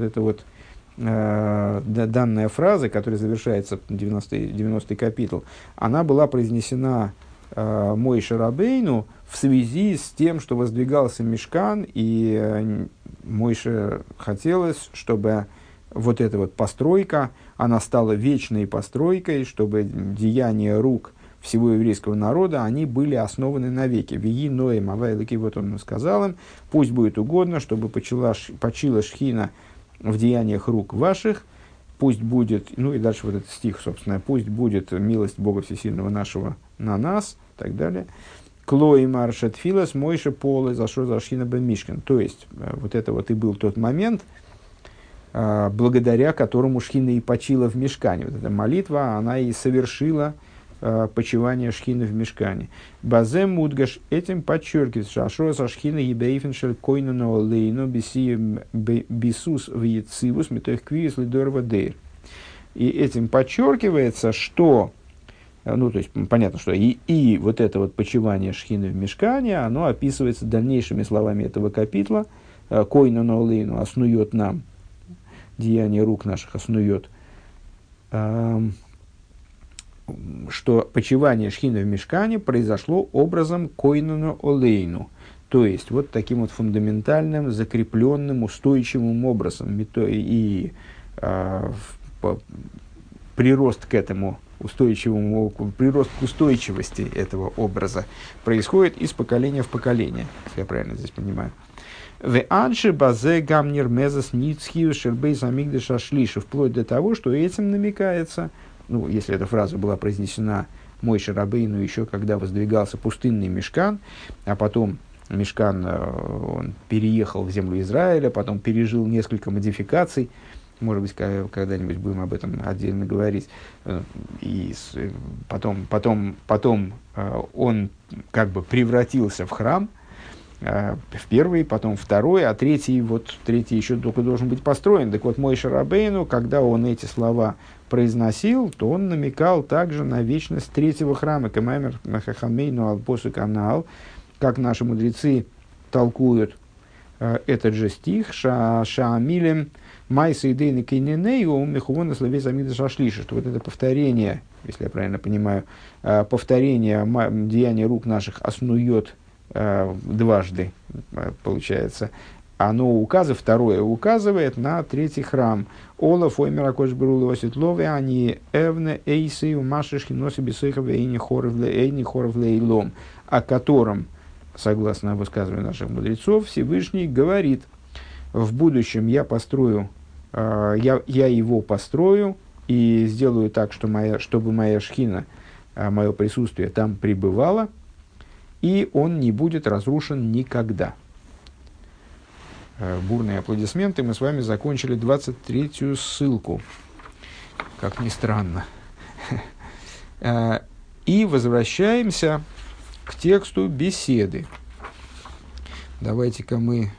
данная фраза, которая завершается 90-й капитул, она была произнесена Мойше Рабейну в связи с тем, что воздвигался Мишкан, и Мойше хотелось, чтобы эта постройка, она стала вечной постройкой, чтобы деяния рук всего еврейского народа, они были основаны навеки. Вии ноем авайлыки, он сказал им, пусть будет угодно, чтобы почила шхина в деяниях рук ваших, пусть будет, и дальше этот стих, собственно, пусть будет милость Бога Всесильного нашего на нас, и так далее. Клой маршет филос мойше полы зашо зашхина бен Мишкан. То есть, и был тот момент, благодаря которому шхина и почила в Мишкане. Эта молитва, она и совершила почивание шхины в Мишкане. Базе мудгаш этим подчеркивает, что ашро со шхина ебейфеншель койнано лейно бисус в яцивус метоих квиис лидорова дейр. И этим подчеркивается, что, то есть понятно, что и это почивание шхины в Мишкане, оно описывается дальнейшими словами этого капитла. Койнано лейно оснует нам, деяние рук наших оснует. Что почивание шхины в Мишкане произошло образом койнану олейну, то есть таким фундаментальным, закрепленным, устойчивым образом, и прирост к этому устойчивому, прирост к устойчивости этого образа происходит из поколения в поколение, если я правильно здесь понимаю. В анши базе гамнер мезас ницхию шербейс амигдыша шлиша, вплоть до того, что этим намекается, если эта фраза была произнесена Мойше Рабейну еще когда воздвигался пустынный Мишкан, а потом Мишкан он переехал в землю Израиля, потом пережил несколько модификаций, может быть, когда-нибудь будем об этом отдельно говорить, и потом он превратился в храм, в первый, потом второй, а третий еще только должен быть построен. Так Мойше Рабейну, когда он эти слова произносил, то он намекал также на вечность третьего храма. Камаймер Хахамейну Алпосу Канал, как наши мудрецы толкуют этот же стих, Шаамилем Майса идейны Кейненею Мехувона Славей Замида Шашлиша, что это повторение, если я правильно понимаю, повторение деяния рук наших оснует дважды, получается. Второе указывает на третий храм. Ола фоймера кошбрулова светлове, они эвне эйсы умашишки носи бесыхове эйни хоров лейлом, о котором, согласно высказыванию наших мудрецов, Всевышний говорит: в будущем я построю, я его построю и сделаю так, чтобы моя шхина, мое присутствие там пребывало, и он не будет разрушен никогда. Бурные аплодисменты. Мы с вами закончили 23-ю ссылку, как ни странно. И возвращаемся к тексту беседы. Давайте-ка мы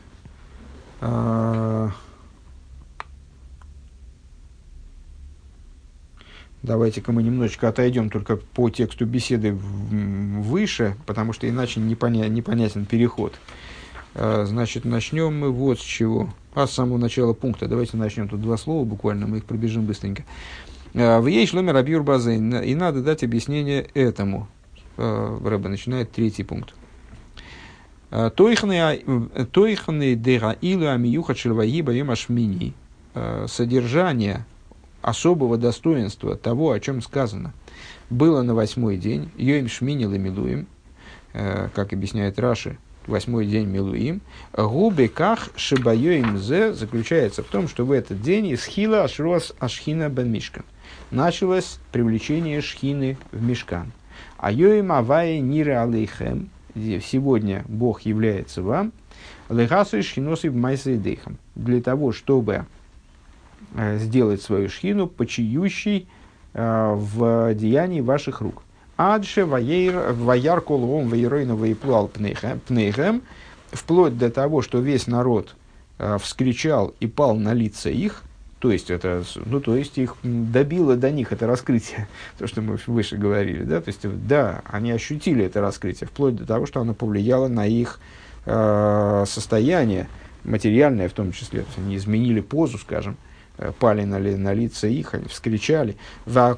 немножечко отойдем только по тексту беседы выше, потому что иначе непонятен переход. Значит, начнем мы вот с чего. С самого начала пункта. Давайте начнем. Тут два слова буквально, мы их пробежим быстренько. В ей шломер абьюр базейн. И надо дать объяснение этому. Рэбе начинает третий пункт. Тойхны дега илу амиюха чилваи баем ашмини. Содержание особого достоинства того, о чем сказано, было на 8-й день. Йоим шмини ламилуим, как объясняет Раши, 8-й день Милуим. Губы ках шибайоим зе заключается в том, что в этот день из хила ашрос ашхина бен мишкан. Началось привлечение шхины в мишкан. А йоим авае нире алейхем. Сегодня Бог является вам. Лехасу шхиносы в майсейдейхам. Для того, чтобы сделать свою шхину почиющей в деянии ваших рук. Адше ваяр колом ваеройна ваиплуал пнейхем, вплоть до того, что весь народ вскричал и пал на лица их, то есть их добило до них это раскрытие, то, что мы выше говорили, да, то есть, да, они ощутили это раскрытие, вплоть до того, что оно повлияло на их состояние, материальное в том числе, то есть они изменили позу, скажем, пали на лица их, они вскричали. А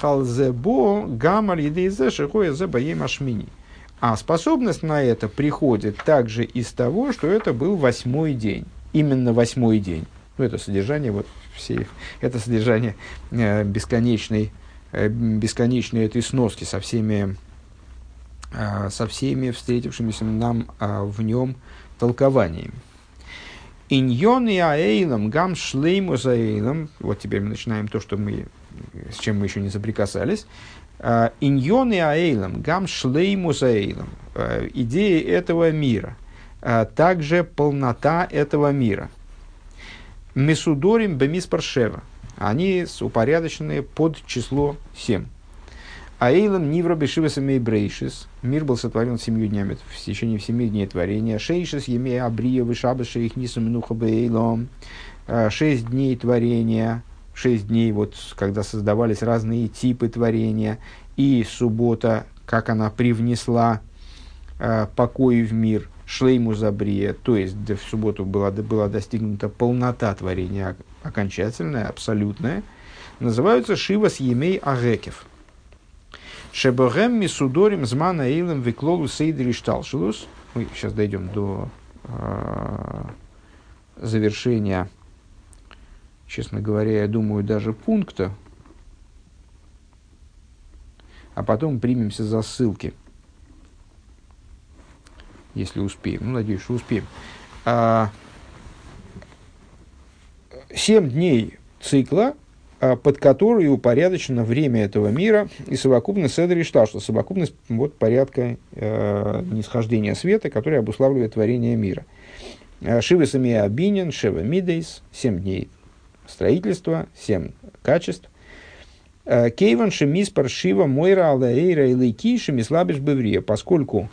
способность на это приходит также из того, что это был 8-й день. Именно 8-й день. Ну, это содержание, это содержание бесконечной этой сноски со всеми встретившимися нам в нем толкованиями. Иньон и аэйлам гам шлейму за эйлам. Вот теперь мы начинаем то, с чем мы еще не соприкасались. Иньон и аэйлам гам шлейму за эйлам. Идея этого мира. Также полнота этого мира. Месудорим бемиспаршева. Они упорядочены под число 7. Аэйлам нивра бешивасами брейшис. Мир был сотворен 7 днями, в течение 7 дней творения. Шейшис еме абрия вышабаша их нису минуха бэйлом. 6 дней творения. 6 дней, вот, когда создавались разные типы творения. И суббота, как она привнесла покой в мир. Шлейму забрия. То есть в субботу была достигнута полнота творения окончательная, абсолютная. Называются шивас емей агекев. Шебогем мисудорим змана эйлем виклолу сейдри шталшилус. Мы сейчас дойдем до завершения, честно говоря, я думаю, даже пункта, а потом примемся за ссылки, если успеем. Ну, надеюсь, что успеем. 7 дней цикла, под которой упорядочено время этого мира и совокупность седри шталшла, совокупность порядка нисхождения света, который обуславливает творение мира. Шива самия абинин, шева мидейс, 7 дней строительства, 7 качеств. Кейван шемиспар шива мойра алаэйра и лейки шемислабиш беврия, поскольку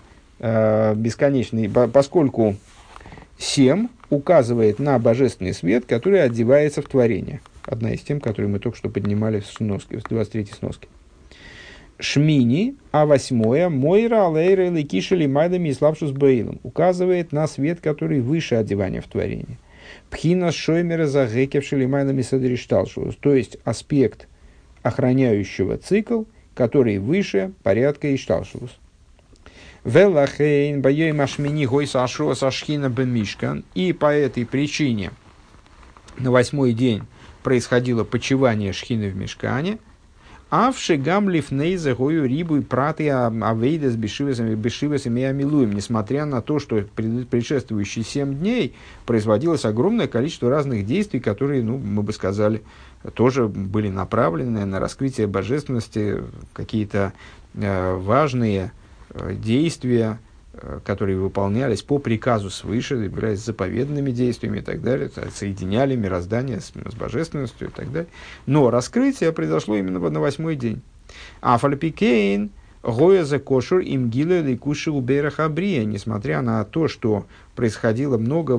поскольку 7 указывает на божественный свет, который одевается в творение. Одна из тем, которые мы только что поднимали в 23-й сноске. Шмини, а 8-е, Мойра, Алейра, Лекишели, Майдами и Славшус Бейлом, указывает на свет, который выше одевания в творение. Пхина Шоймера, Загекевшели, Майдами Садришталшус, то есть аспект охраняющего цикл, который выше порядка Ишталшус. Велахейн, Байой Машмини, Гойса Ашрос, Ашхина Бемишкан, и по этой причине на 8-й день происходило почивание шхины в мишкане, а в шигам лифнейзе гою рибу и праты авейдес бешивасами амилуем, несмотря на то, что предшествующие 7 дней производилось огромное количество разных действий, которые, мы бы сказали, тоже были направлены на раскрытие божественности, какие-то важные действия, которые выполнялись по приказу свыше, являлись заповедными действиями и так далее, соединяли мироздание с божественностью и так далее. Но раскрытие произошло именно на 8-й день. А фальпикейн гоя за кошур им гиле ликуши убера хабрия, несмотря на то, что происходило много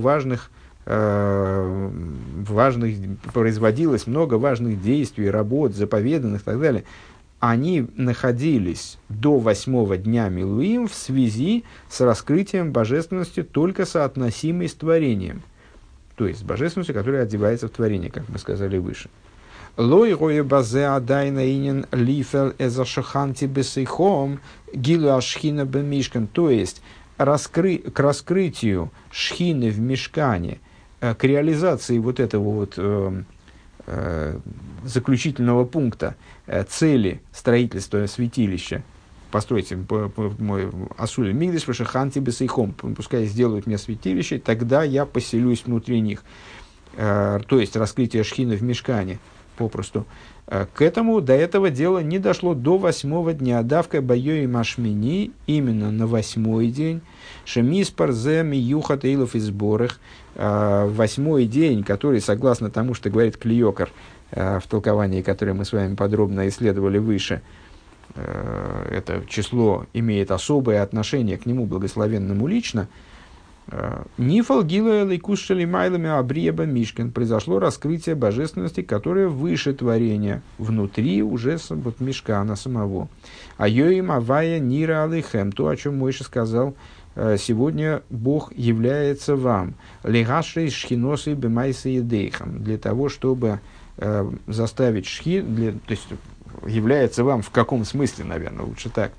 производилось много важных действий, работ, заповеданных и так далее, они находились до 8-го дня Милуим в связи с раскрытием божественности, только соотносимой с творением. То есть с божественностью, которая одевается в творение, как мы сказали выше. Лой роя базе адайна инин лифел эзашаханти бесейхом гилу ашхина бемишкан. То есть к раскрытию шхины в мишкане, к реализации вот этого вот заключительного пункта цели строительства святилища, постройте мой асуль мигдаш вашаханти бесейхом, пускай сделают мне святилище, тогда я поселюсь внутри них. То есть раскрытие шхины в мишкане, попросту. К этому, до этого дела не дошло до 8-го дня. Давка байой машмини, именно на 8-й день. Шемиспар зе миюхат эйлов и сборах. 8-й день, который, согласно тому, что говорит Клиокар, в толковании, которое мы с вами подробно исследовали выше, это число имеет особое отношение к нему, благословенному лично. Нифал гила лейкус шалимайлами абриеба мишкин. Произошло раскрытие божественности, которое выше творения, внутри уже вот мишкана самого. А йоим авая нира алейхем, то, о чем Мойше сказал, сегодня Бог является вам. Легашей шхиносы бемайсы едейхам. Для того, чтобы заставить шхи, то есть является вам в каком смысле, наверное, лучше так,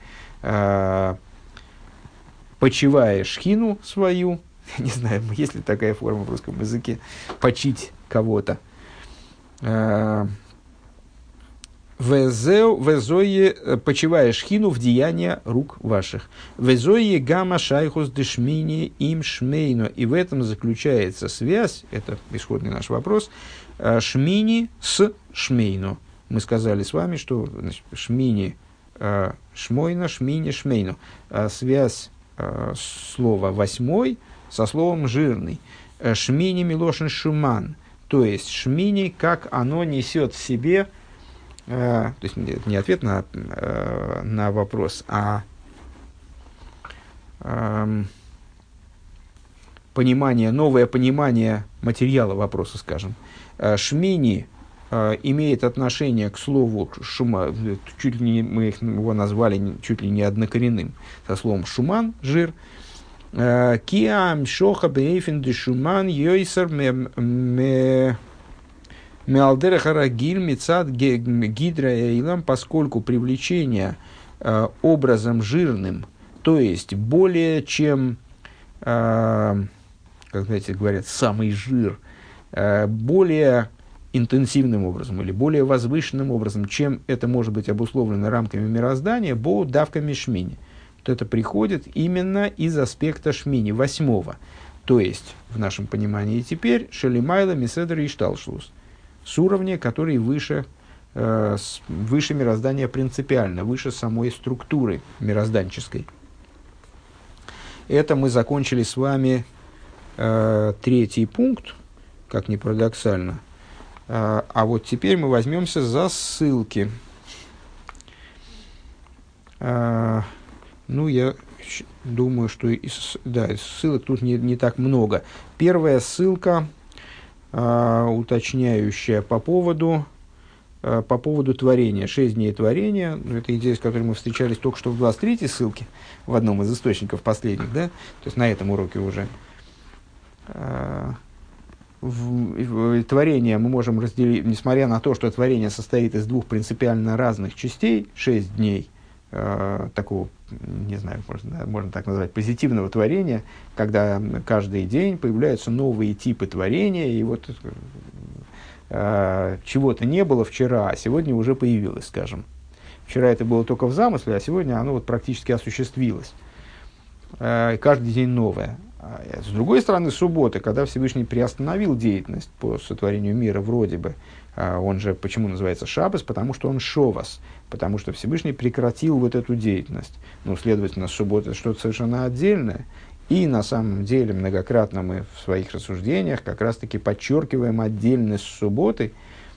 почивая шхину свою, не знаю, есть ли такая форма в русском языке, почить кого-то. Везое, почивая шхину в деяния рук ваших. Везое гамма шайхус дешмини им шмейно. И в этом заключается связь, это исходный наш вопрос, шмини с шмейно. Мы сказали с вами, что значит, шмини шмойно, шмини шмейно. Связь слова «восьмой» со словом «жирный». Шмини милошин шуман. То есть, шмини, как оно несет в себе, то есть, не ответ на вопрос, а понимание, новое понимание материала вопроса, скажем. Шмини имеет отношение к слову шума, чуть ли не, мы его назвали чуть ли не однокоренным, со словом шуман, жир. Киам шоха бейфен де шуман йойсер меалдера харагиль мецад гидра эйлам, поскольку привлечение образом жирным, то есть более чем, как знаете, говорят, самый жир, более интенсивным образом или более возвышенным образом, чем это может быть обусловлено рамками мироздания, боу давками шмини. То это приходит именно из аспекта шмини, 8-го. То есть, в нашем понимании теперь, шелимайла миседр и шталшлус. С уровня, который выше мироздания принципиально, выше самой структуры мирозданческой. Это мы закончили с вами 3-й пункт, как ни парадоксально. А вот теперь мы возьмемся за ссылки. Ну, я думаю, что ссылок тут не так много. Первая ссылка, уточняющая по поводу творения. 6 дней творения. Это идея, с которой мы встречались только что в 23-й ссылке, в одном из источников последних, да? То есть, на этом уроке уже. Творение мы можем разделить, несмотря на то, что творение состоит из 2 принципиально разных частей, 6 дней такого, не знаю, можно так назвать, позитивного творения, когда каждый день появляются новые типы творения, и вот чего-то не было вчера, а сегодня уже появилось, скажем. Вчера это было только в замысле, а сегодня оно вот практически осуществилось. Каждый день новое. С другой стороны, суббота, когда Всевышний приостановил деятельность по сотворению мира, вроде бы, он же почему называется шаббос? Потому что он шовас, потому что Всевышний прекратил вот эту деятельность. Ну, следовательно, суббота – это что-то совершенно отдельное. И на самом деле многократно мы в своих рассуждениях как раз-таки подчеркиваем отдельность субботы.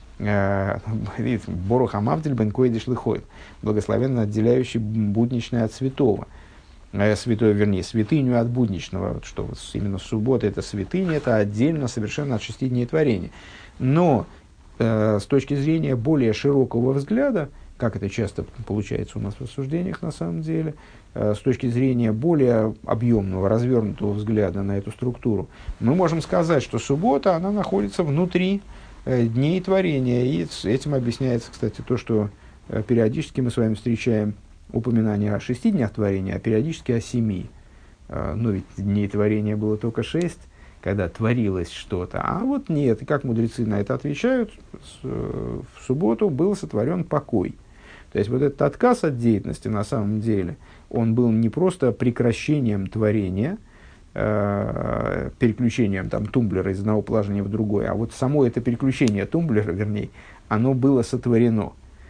Борух амавдель бен койдиш лихойл, благословенно отделяющий будничное от святого. Святыню от будничного, что вот именно суббота это святыня, это отдельно совершенно от 6 дней творения. Но с точки зрения более широкого взгляда, как это часто получается у нас в рассуждениях на самом деле, с точки зрения более объемного, развернутого взгляда на эту структуру, мы можем сказать, что суббота, она находится внутри дней творения. И этим объясняется, кстати, то, что периодически мы с вами встречаем упоминание о 6 днях творения, а периодически о 7. Но ведь дней творения было только 6, когда творилось что-то. А вот нет. И как мудрецы на это отвечают, в субботу был сотворен покой. То есть вот этот отказ от деятельности на самом деле, он был не просто прекращением творения, переключением там, тумблера из одного положения в другое, а вот само это переключение тумблера, вернее, оно было сотворено.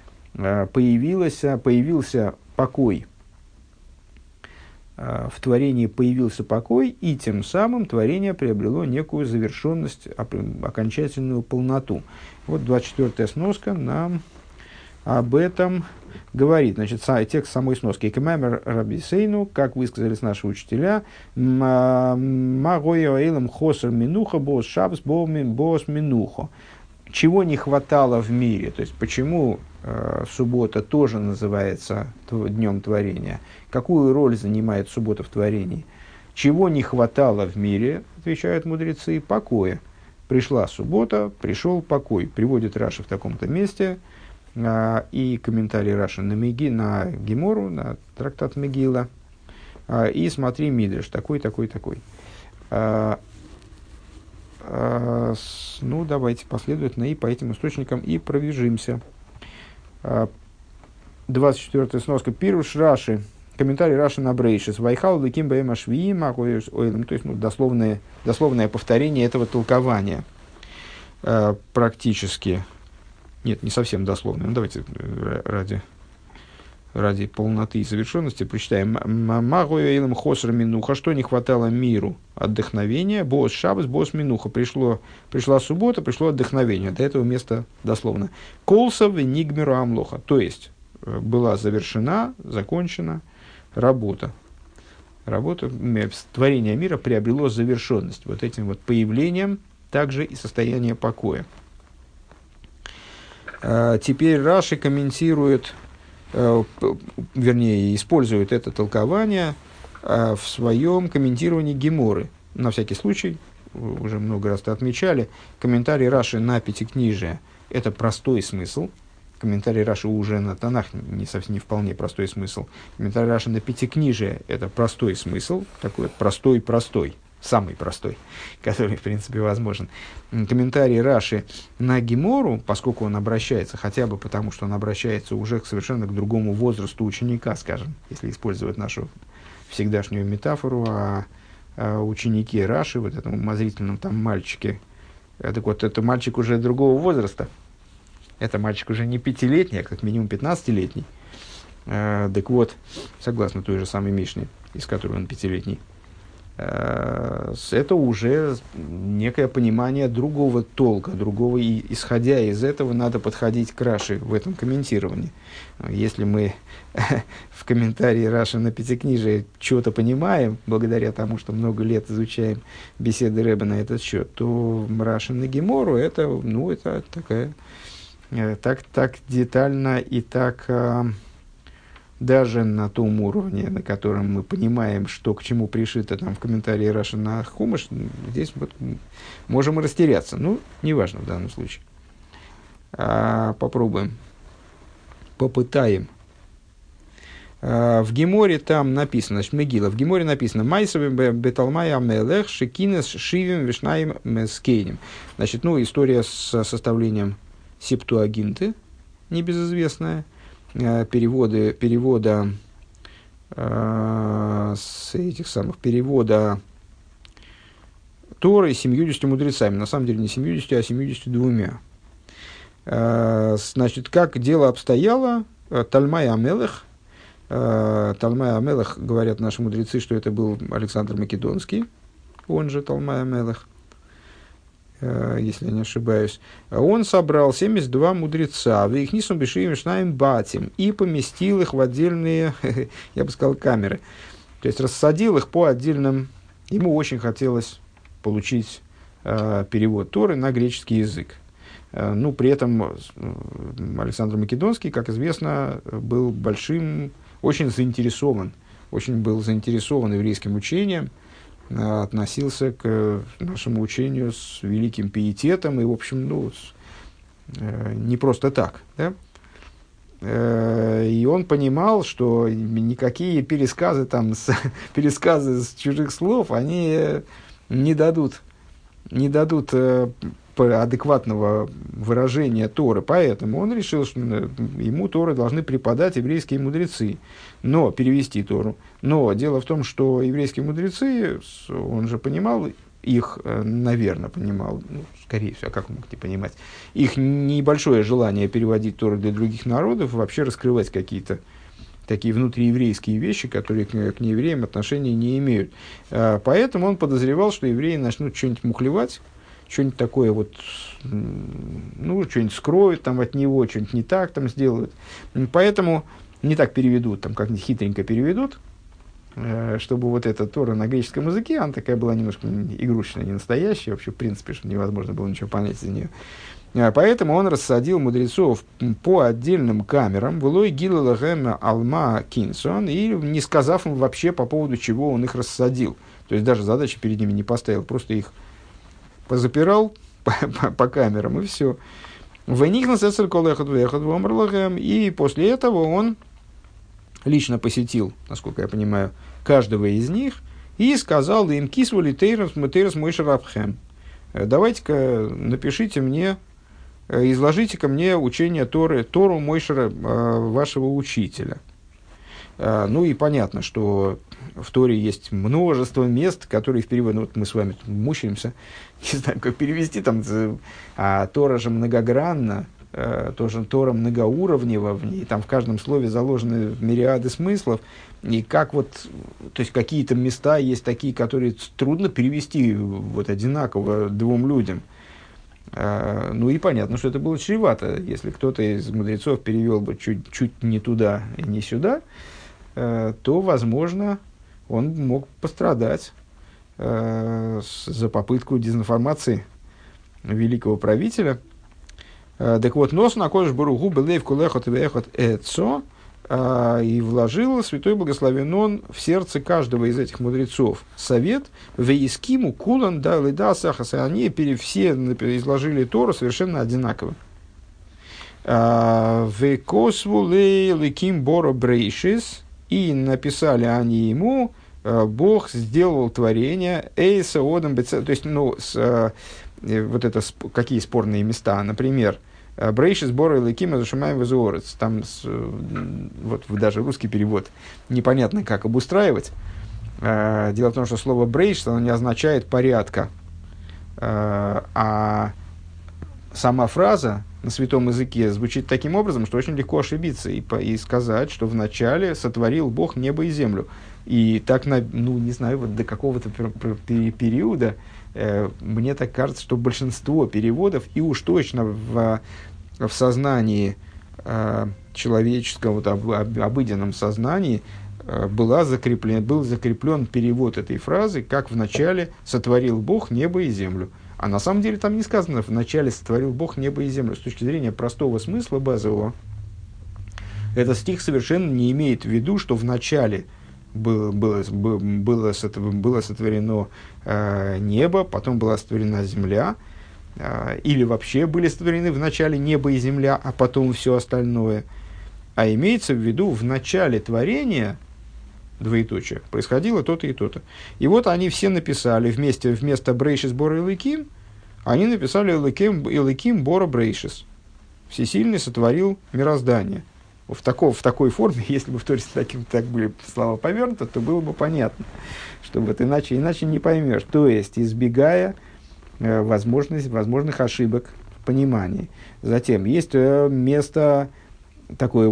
Появился покой. В творении появился покой, и тем самым творение приобрело некую завершенность, окончательную полноту. Вот 24-я сноска нам об этом говорит. Значит, текст самой сноски. «Кэмэмэр рабисейну», как высказались наши учителя, «магоя эйлам хосер минуха бос шабс бос минухо». Чего не хватало в мире? То есть, почему суббота тоже называется днем творения? Какую роль занимает суббота в творении? Чего не хватало в мире, отвечают мудрецы, покоя. Пришла суббота, пришел покой. Приводит Раши в таком-то месте. И комментарий Раши на Гемору, на трактат Мегила. И смотри Мидреш, такой. Ну, давайте последовательно и по этим источникам и пробежимся. 24-я сноска. Пируш Раши. Комментарий Раши на Брейшис. Вайхал леким бэм ашвиим ойрем. То есть, дословное повторение этого толкования. Практически. Нет, не совсем дословное. Ну, давайте ради полноты и завершенности прочитаем. Магою эйлем хосер минуха. Что не хватало миру? Отдохновения. Бос шабас, бос минуха. Пришла суббота, пришло отдохновение. До этого места дословно. Колсов и нигмеру амлоха. То есть, была закончена работа. Творение мира приобрело завершенность. Вот этим вот появлением также и состояние покоя. Теперь Раши комментирует, вернее, использует это толкование в своем комментировании Геморы. На всякий случай, уже много раз это отмечали, комментарий Раши на Пятикнижие – это простой смысл. Комментарий Раши уже на Танах не вполне простой смысл. Комментарий Раши на Пятикнижие – это простой смысл, такой простой, самый простой, который, в принципе, возможен. Комментарий Раши на Гемору, поскольку он обращается, хотя бы потому, что он обращается уже совершенно к другому возрасту ученика, скажем, если использовать нашу всегдашнюю метафору о ученике Раши, вот этом умозрительном там мальчике. Так вот, это мальчик уже другого возраста. Это мальчик уже не 5-летний, а как минимум 15-летний. Так вот, согласно той же самой Мишне, из которой он 5-летний, это уже некое понимание другого толка, и исходя из этого надо подходить к Раши в этом комментировании. Если мы в комментарии Раши на Пятикнижие что-то понимаем, благодаря тому, что много лет изучаем беседы Рэба на этот счет, то Раши на Гемору это такая так детально и так даже на том уровне, на котором мы понимаем, что к чему пришито там в комментарии Раши на Хумаш, здесь вот можем и растеряться. Ну, неважно в данном случае. Попробуем. Попытаем. В Геморе там написано, Мегила, в Геморе написано «Майсовым беталмай амелех шекинес шивим вишнаим мескейним». Значит, история с составлением Септуагинты, небезызвестная, перевода Торы 70 мудрецами. На самом деле не 70, а 72. Значит, как дело обстояло, Тальмай Амелех, говорят наши мудрецы, что это был Александр Македонский, он же Талмай Амелех, если я не ошибаюсь, он собрал 72 мудреца, в их нисум бешиим шнаим батим, и поместил их в отдельные, я бы сказал, камеры. То есть, рассадил их по отдельным, ему очень хотелось получить перевод Торы на греческий язык. При этом Александр Македонский, как известно, был очень был заинтересован еврейским учением, относился к нашему учению с великим пиететом и, в общем, не просто так. Да? И он понимал, что никакие пересказы, пересказы с чужих слов, они не дадут адекватного выражения Торы. Поэтому он решил, что ему Торы должны преподать еврейские мудрецы, но перевести Тору. Но дело в том, что еврейские мудрецы, он же понимал, их, наверное, понимал, скорее всего, а как он мог не понимать, их небольшое желание переводить Тору для других народов, вообще раскрывать какие-то такие внутриеврейские вещи, которые к неевреям отношения не имеют. Поэтому он подозревал, что евреи начнут что-нибудь мухлевать, что-нибудь такое что-нибудь скроют там от него, что-нибудь не так там сделают. Поэтому не так переведут, как-нибудь хитренько переведут, чтобы эта Тора на греческом языке, она такая была немножко игрушечная, не настоящая, вообще, в принципе, что невозможно было ничего понять из нее. Поэтому он рассадил мудрецов по отдельным камерам, «Влой гилалагэм алма кинсон», и не сказав им вообще, по поводу чего он их рассадил. То есть даже задачи перед ними не поставил, просто их позапирал по камерам, и все. И после этого он лично посетил, насколько я понимаю, каждого из них и сказал им: «Кисвули тейрос мойши рабхэм». Давайте-ка напишите мне, изложите-ка мне учение Тору Мойшера, вашего учителя. И понятно, что в Торе есть множество мест, которые в переводе, мы с вами мучаемся, не знаю, как перевести, Тора же многогранна, тоже Тора многоуровнева, в ней там в каждом слове заложены мириады смыслов, и то есть какие-то места есть такие, которые трудно перевести одинаково двум людям. И понятно, что это было чревато, если кто-то из мудрецов перевел бы чуть не туда и не сюда, то, возможно, он мог пострадать за попытку дезинформации великого правителя. Так вот, нос на кодыш баругу белев кулехот вехот эцо, и вложил святой благословен он в сердце каждого из этих мудрецов совет веискиму кулан да лида сахаса, они все изложили Тору совершенно одинаково. Векосву лейким боро брейшис, и написали они ему: Бог сделал творение эйса одам беце, то есть какие спорные места, например, брейшис боро лейким азашумаем везуорец, там даже русский перевод непонятно как обустраивать. Дело в том, что слово брейшис, оно не означает порядка, а сама фраза на святом языке звучит таким образом, что очень легко ошибиться и сказать, что вначале сотворил Бог небо и землю. И так, не знаю, до какого-то периода, мне так кажется, что большинство переводов, и уж точно в сознании человеческом, обыденном сознании, был закреплен перевод этой фразы, как вначале сотворил Бог небо и землю. А на самом деле там не сказано: вначале сотворил Бог небо и землю. С точки зрения простого смысла базового, этот стих совершенно не имеет в виду, что вначале было сотворено небо, потом была сотворена земля, или вообще были сотворены вначале небо и земля, а потом все остальное. А имеется в виду, в начале творения, двоеточие, происходило то-то и то-то. И вот они все написали вместо брейшис бора элоким, они написали элоким бора брейшис. Всесильный сотворил мироздание. В такой форме, если бы в Торе так были слова повернуты, то было бы понятно, что иначе не поймешь. То есть, избегая возможных ошибок в понимании. Затем, есть место такое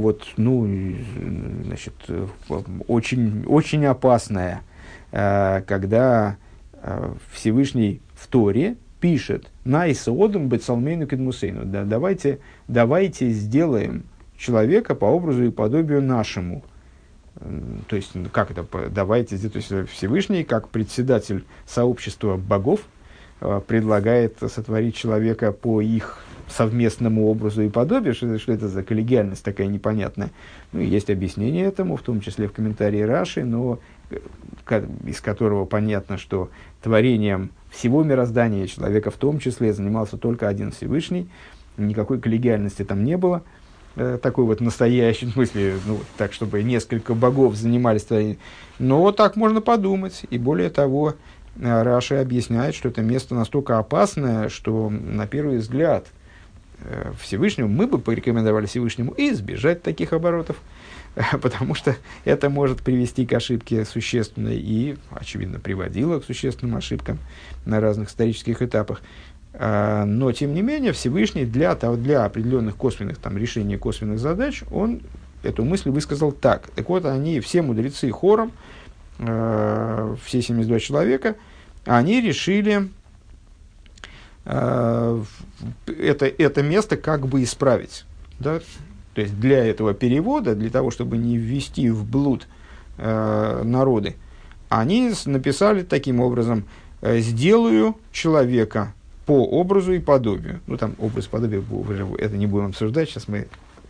очень, очень опасное, когда Всевышний в Торе пишет: «Найса одам бецалмейну кедмусейну». Давайте сделаем человека по образу и подобию нашему. То есть, как это? Давайте, то есть Всевышний, как председатель сообщества богов, предлагает сотворить человека по их совместному образу и подобию. Что это за коллегиальность такая непонятная? Есть объяснение этому, в том числе в комментарии Раши, но из которого понятно, что творением всего мироздания, человека в том числе, занимался только один Всевышний, никакой коллегиальности там не было. такой вот настоящий, в смысле, ну, так, чтобы несколько богов занимались творением. Но вот так можно подумать. И более того, Раши объясняет, что это место настолько опасное, что на первый взгляд Всевышнему, мы бы порекомендовали Всевышнему избежать таких оборотов, потому что это может привести к ошибке существенной и, очевидно, приводило к существенным ошибкам на разных исторических этапах. Но, тем не менее, Всевышний для определенных косвенных решений косвенных задач, он эту мысль высказал так. Так вот, они, все мудрецы хором, все 72 человека, они решили это место как бы исправить. Да? То есть, для этого перевода, для того, чтобы не ввести в блуд народы, они написали таким образом: «Сделаю человека по образу и подобию». Ну, там образ и подобие, это не будем обсуждать, сейчас мы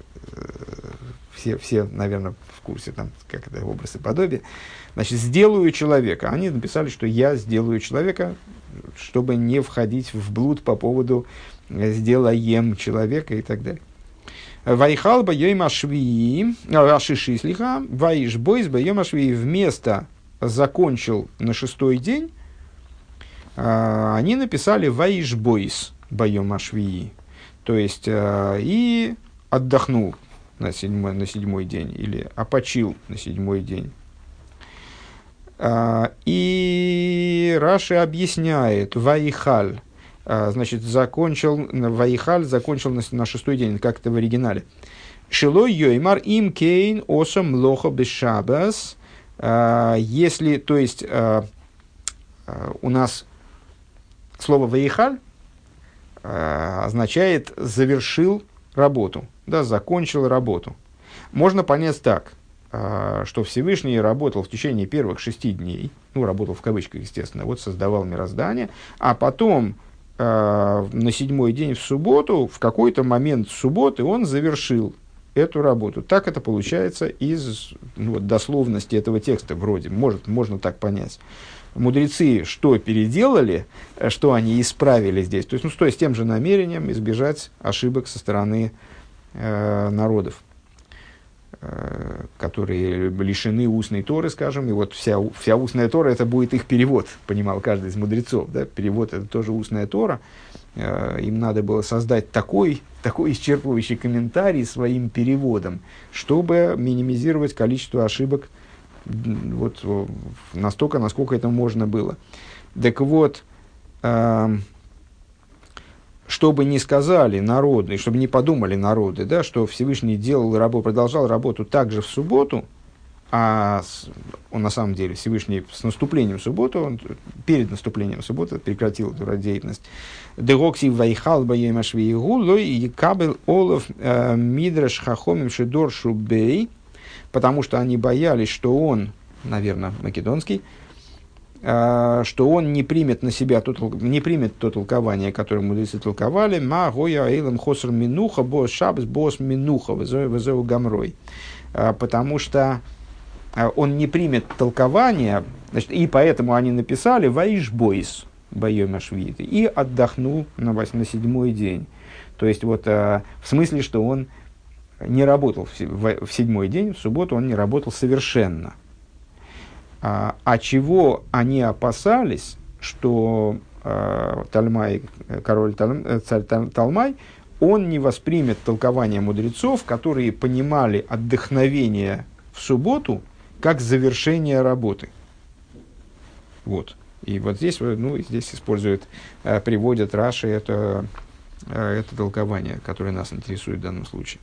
все, наверное, в курсе, как это образ и подобие. Значит, «сделаю человека». Они написали, что «я сделаю человека», чтобы не входить в блуд по поводу «сделаем человека» и так далее. «Вайхал байом ашвии», «ашиши слиха», «ваиш бойс байом ашвии», вместо «закончил на шестой день», они написали «ваиш бойс байом ашвии», то есть «и отдохнул на седьмой день» или «опочил на седьмой день». И Раши объясняет «ваихаль», значит, «ваихаль» закончил на шестой день, как это в оригинале. «Шилой йоймар им кейн осам лоха бешабас», если, то есть, у нас слово «ваихаль» означает «завершил работу», да, «закончил работу». Можно понять так, что Всевышний работал в течение первых 6 дней, ну, работал в кавычках, естественно, вот создавал мироздание, а потом на 7-й день, в субботу, в какой-то момент субботы он завершил эту работу. Так это получается из дословности этого текста, вроде, можно так понять. Мудрецы что переделали, что они исправили здесь, то есть, с тем же намерением избежать ошибок со стороны народов, которые лишены устной Торы, скажем, и вот вся устная Тора, это будет их перевод, понимал каждый из мудрецов, да? Перевод — это тоже устная Тора, им надо было создать такой исчерпывающий комментарий своим переводом, чтобы минимизировать количество ошибок вот настолько, насколько это можно было. Так вот, чтобы не сказали народы, чтобы не подумали народы, да, что Всевышний продолжал работу также в субботу, а он на самом деле Всевышний с наступлением субботы, перед наступлением субботы прекратил эту деятельность. Дегокси вайхал баем ашвии гулой и кабел олов мидраш хахомим шедор шубей, потому что они боялись, что он, наверное, македонский, что он не примет на себя то толкование, которое мудрецы толковали, ма гоя эйлем хоср минуха бос шабс бос минуха везеу гамрой, потому что он не примет толкование, значит, и поэтому они написали «ваиш бойс байом ашвии» и отдохнул на 7-й день. То есть, вот, в смысле, что он не работал в 7-й день, в субботу он не работал совершенно. А чего они опасались, что Талмай, царь Талмай, он не воспримет толкование мудрецов, которые понимали отдохновение в субботу как завершение работы. Вот. И вот здесь, здесь приводят Раши это толкование, которое нас интересует в данном случае.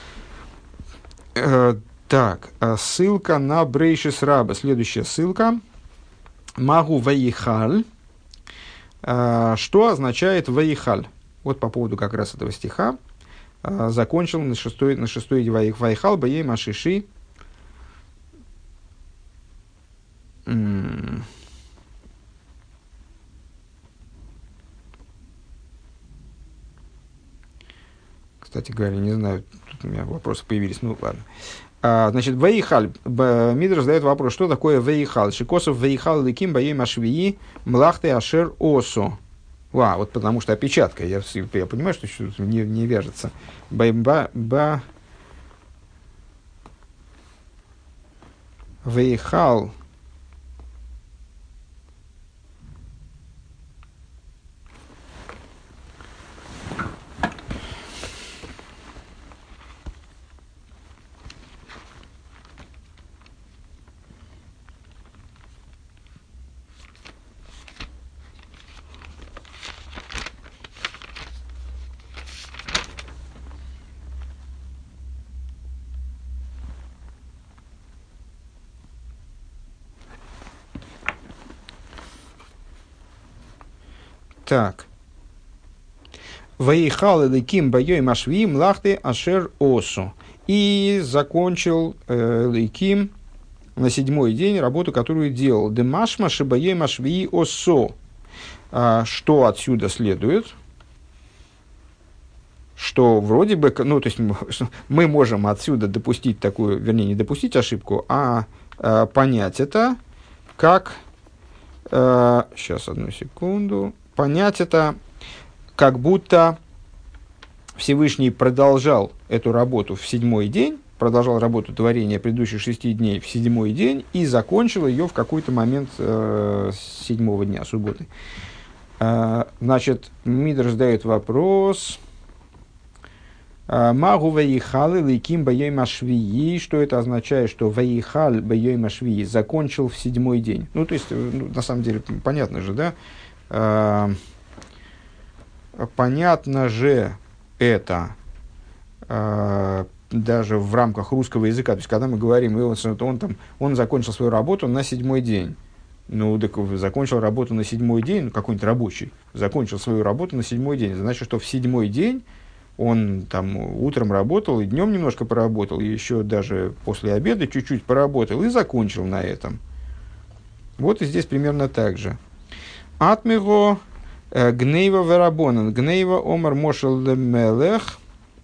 Так, ссылка на Брейшис Раба. Следующая ссылка. Магу ваихаль. Что означает ваихаль? Вот по поводу как раз этого стиха. Закончил на шестой ваихал баей машиши. Кстати говоря, не знаю, тут у меня вопросы появились, ну ладно. Значит, ваихаль. Мидраш задает вопрос, что такое ваихаль? Шикосов ваихал ликим баей машвии млахты ашер осо. Вот потому что опечатка, я понимаю, что не вяжется. Вейхал. Так. Ваихал Эликим Байой Машвиим Лахты Ашер Осу. И закончил Эликим на 7-й день работу, которую делал. Демашма Шибайой Машвии Осо. Что отсюда следует? Что вроде бы, ну, то есть мы можем отсюда допустить такую, вернее, не допустить ошибку, а понять это как... сейчас, одну секунду. Понять это, как будто Всевышний продолжал эту работу в 7-й день, продолжал работу творения предыдущих 6 дней в 7-й день и закончил ее в какой-то момент 7-го дня, субботы. Значит, Мидраш задает вопрос. Магу ваихал лейким баей машвии. Что это означает, что ваихал баей машвии закончил в 7-й день? Ну, то есть, на самом деле, понятно же, да? Понятно же это даже в рамках русского языка. То есть, когда мы говорим, он закончил свою работу на 7-й день. Ну, так закончил работу на 7-й день, ну, какой-нибудь рабочий, закончил свою работу на 7-й день. Это значит, что в 7-й день он там утром работал, и днем немножко поработал, и еще даже после обеда чуть-чуть поработал, и закончил на этом. Вот и здесь примерно так же. Атмиго гнейва верабонан, гнейва омар мошел мелех.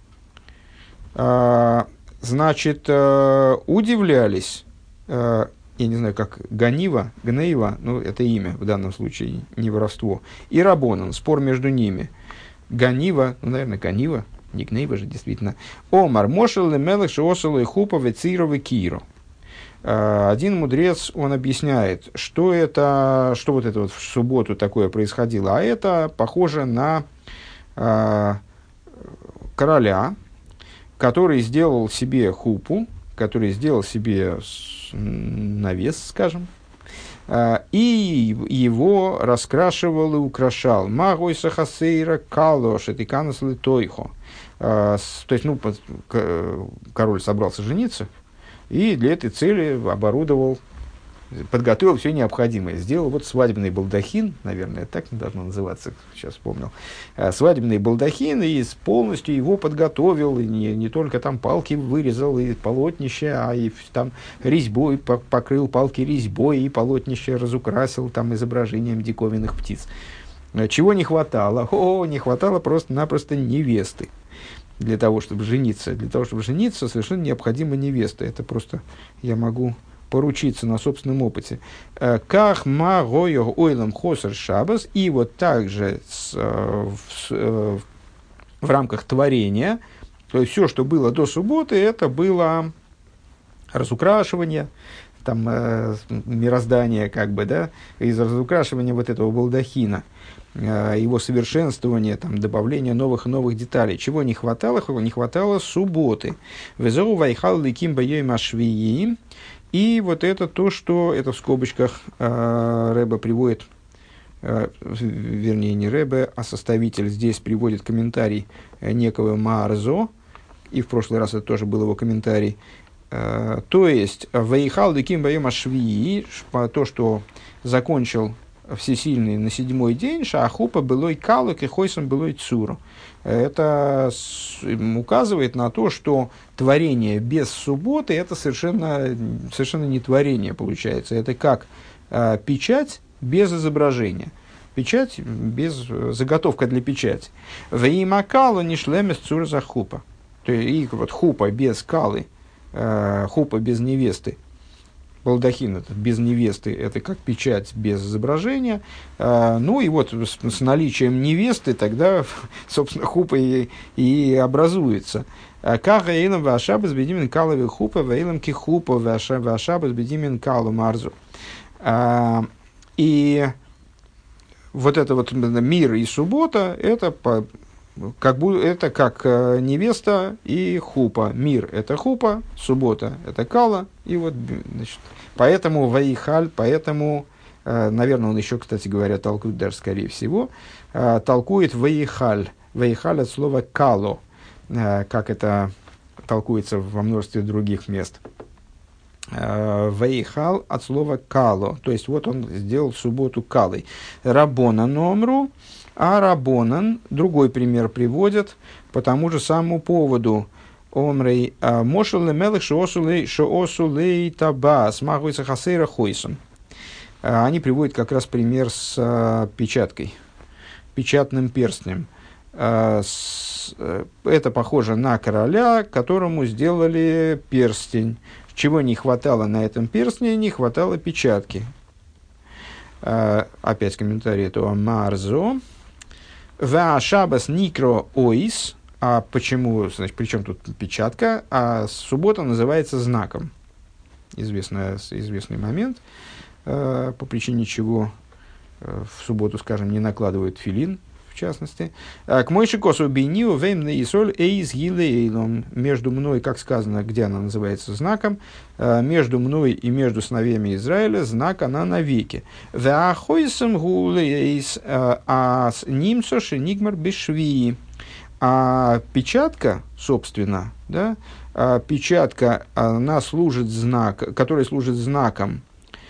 Значит, удивлялись, я не знаю, как Ганива, Гнейва, ну, это имя в данном случае, не воровство, и Рабонан, спор между ними. Ганива, ну, наверное, Ганива, не Гнейва же, действительно. Омар мошел мелех шиосел и хупа вециров и киро. Один мудрец, он объясняет, что вот это вот в субботу такое происходило, а это похоже на короля, который сделал себе хупу, который сделал себе навес, скажем, и его раскрашивал и украшал. Магой сахасейра калош, это канас литойхо. То есть, ну, король собрался жениться, и для этой цели подготовил все необходимое. Сделал вот свадебный балдахин, наверное, так должно называться, сейчас вспомнил. Свадебный балдахин, и полностью его подготовил, и не только там палки вырезал, и полотнище, а и там резьбой, покрыл палки резьбой, и полотнище разукрасил там изображением диковинных птиц. Чего не хватало? Не хватало просто-напросто невесты. Для того, чтобы жениться. Для того, чтобы жениться, совершенно необходима невеста. Это просто я могу поручиться на собственном опыте. Ках ма гойо ойлам хосер шабас. И вот также в рамках творения, то есть все, что было до субботы, это было разукрашивание, там, мироздание, как бы, да, из разукрашивания вот этого балдахина, его совершенствование, там, добавление новых и новых деталей. Чего не хватало? Не хватало субботы. Везоу вайхал ликим баей машвии. И вот это то, что это в скобочках Рэбе приводит, вернее, не Рэбе, а составитель здесь приводит комментарий некого Маарзо, и в прошлый раз это тоже был его комментарий. То есть, вайхал ликим баей машвии, то, что закончил Всесильный на 7-й день, шахупа былой калок и хойсом былой цуру. Это указывает на то, что творение без субботы это совершенно не творение получается. Это как печать без изображения. Печать без заготовка для печати. Ваимакалу не шлемес цур за хупа. То есть, и вот хупа без калы, хупа без невесты. Балдахин этот без невесты, это как печать без изображения. Ну и вот с наличием невесты тогда, собственно, хупа и образуется. Как Эйлам Вашабас Бедимин Калови Хупа, Вейлам Кихупа Вашабас Бедимин Калу Марзу. И вот это вот мир и суббота, это это как невеста и хупа. Мир – это хупа, суббота – это кала. И вот, значит, поэтому ваихаль, поэтому, наверное, он еще, кстати говоря, толкует даже, скорее всего, толкует ваихаль. Ваихаль от слова кало, как это толкуется во множестве других мест. Ваихал от слова кало, то есть вот он сделал субботу калой. Рабона номру, а Рабонан другой пример приводят по тому же самому поводу. Омрей мошел лемелых шоосулей таба смахуется хасейра хойсом. Они приводят как раз пример с печаткой, печатным перстнем. Это похоже на короля, которому сделали перстень. Чего не хватало на этом перстне? Не хватало печатки. Опять комментарий этого Марзо. Ва шабас никро оис. А почему, значит, при чем тут печатка? А суббота называется знаком. Известный момент, по причине чего в субботу, скажем, не накладывают филин, в частности. К мойши косу бейниу вейм на исоль эйз гилейлом. Между мной, как сказано, где она называется знаком, между мной и между сыновьями Израиля знак она навеки. Веахойсом гулеейс ас нимсоши нигмар бешвии. А печатка, собственно, да, печатка, она служит которая служит знаком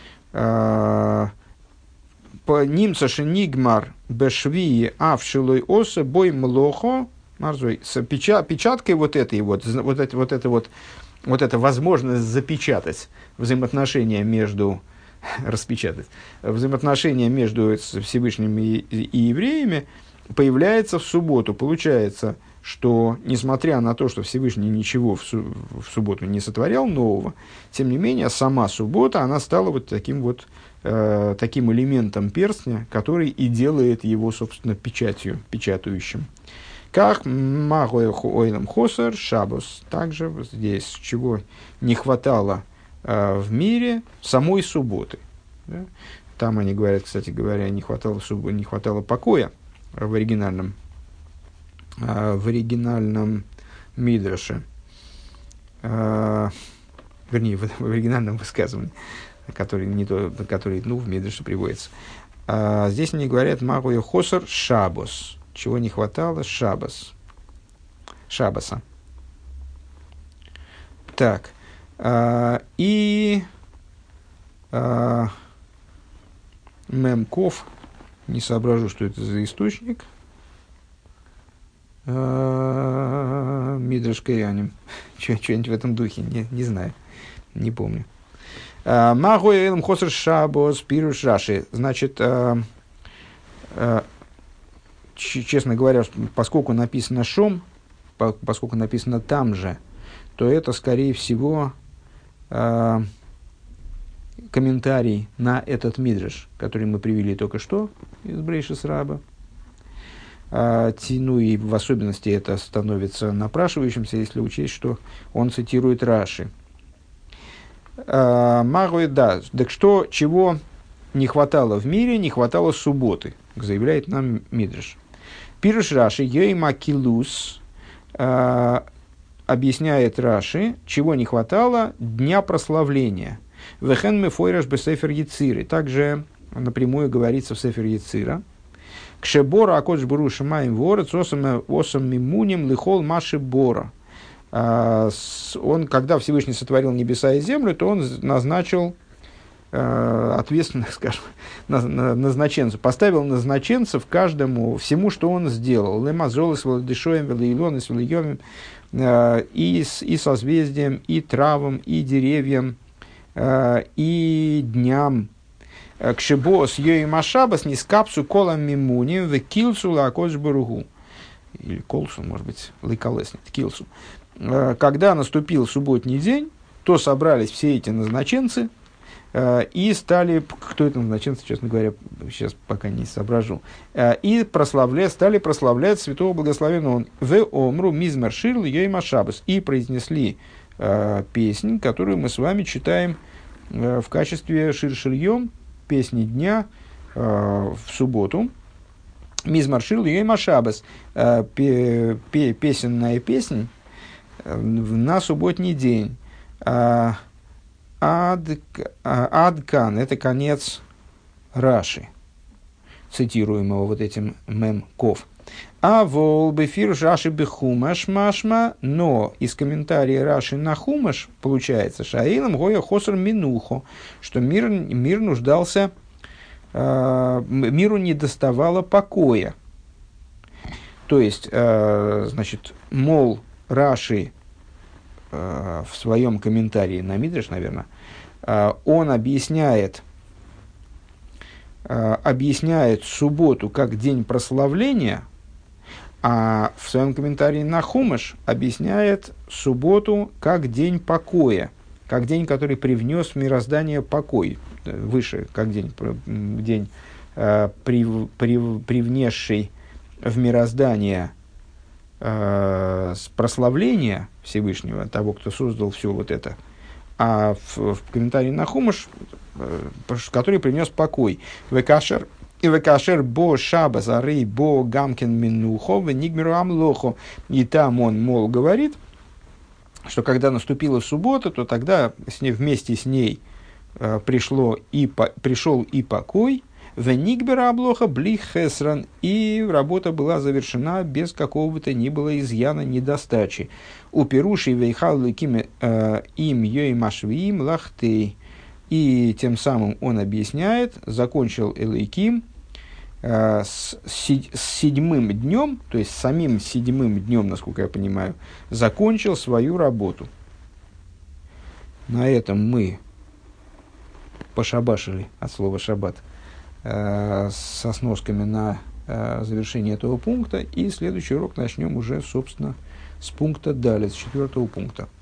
Нимцаши нигмар бешвии авшилой оса бой млохо марзой с печаткой вот этой вот эта возможность запечатать взаимоотношения между взаимоотношения между Всевышним и евреями появляется в субботу. Получается, что несмотря на то, что Всевышний ничего в субботу не сотворял нового, тем не менее сама суббота она стала вот таким элементом перстня, который и делает его, собственно, печатающим. Как магоэх ойлам хосер шабос. Также здесь, чего не хватало в мире самой субботы. Да? Там они говорят, кстати говоря, не хватало покоя в оригинальном мидраше. Вернее, в оригинальном высказывании, который в мидраше приводится. Здесь они говорят магоэх хосер шабос. Чего не хватало? Шабаса. Так. Мемков. Не соображу, что это за источник. Мидраш Каяним. Что-нибудь в этом духе. Не знаю. Не помню. Магой элм хосер шабос пируш раши. Значит, честно говоря, поскольку написано «шом», поскольку написано «там же», то это, скорее всего, комментарий на этот мидраш, который мы привели только что из Брейшис Раба. Ну и в особенности это становится напрашивающимся, если учесть, что он цитирует Раши. Магой, да, так что, чего не хватало в мире, не хватало субботы, заявляет нам мидраш. Пируш Раши, Йойма Килус, объясняет Раши, чего не хватало дня прославления. Вехен мефойраш бесефер Яциры. Также напрямую говорится в Сефер Яцира. Кшебора акодж буру шамаем ворец осам мимуним лихол маши бора. Он, когда Всевышний сотворил небеса и землю, то он назначил ответственных, скажем, назначенцев, поставил назначенцев каждому, всему, что он сделал. Лемазолы с владышоем, велиилоны с велиемем, и созвездием, и травам, и деревьям, и дням. Кшебос йоим ашабас не скапсу колам мимуним в килсу лакош баругу. Или колсу, может быть, лыколеснет, килсу. Когда наступил субботний день, то собрались все эти назначенцы, И стали, кто это назначенцы, честно говоря, сейчас пока не соображу, и стали прославлять святого благословенного он. В омру мизмар ширл йойма шабас. И произнесли песнь, которую мы с вами читаем в качестве шир-ширьем, песни дня в субботу. Мизмар ширл йойма шабас. Песенная песнь на субботний день. Адкан – это конец Раши, цитируемого вот этим мем ков. А вол бефир Раши бехумаш машма, но из комментария Раши на хумаш получается шаилам гоя хоср минухо, что мир нуждался, миру не доставало покоя. То есть, значит, мол, Раши в своем комментарии на Мидраш, наверное, он объясняет субботу как день прославления, а в своем комментарии на Хумаш объясняет субботу как день покоя, как день, который привнес в мироздание покой, выше, как день привнесший в мироздание прославления Всевышнего, того, кто создал все вот это, а в комментарии на Хумаш, который принес покой. Векашер бо шабас ары бо гамкин минухо венигмиру амлохо. И там он, мол, говорит, что когда наступила суббота, то тогда вместе с ней пришел и покой, венигбера облоха блих хесран, и работа была завершена без какого бы то ни было изъяна, недостачи. У перуши вейхал леким им йоймашвиим лахтей. И тем самым он объясняет, закончил Элейким с седьмым днем, то есть самим седьмым днем, насколько я понимаю, закончил свою работу. На этом мы пошабашили от слова шаббат со сносками на завершение этого пункта, и следующий урок начнем уже, собственно, с пункта далее, с 4-го пункта.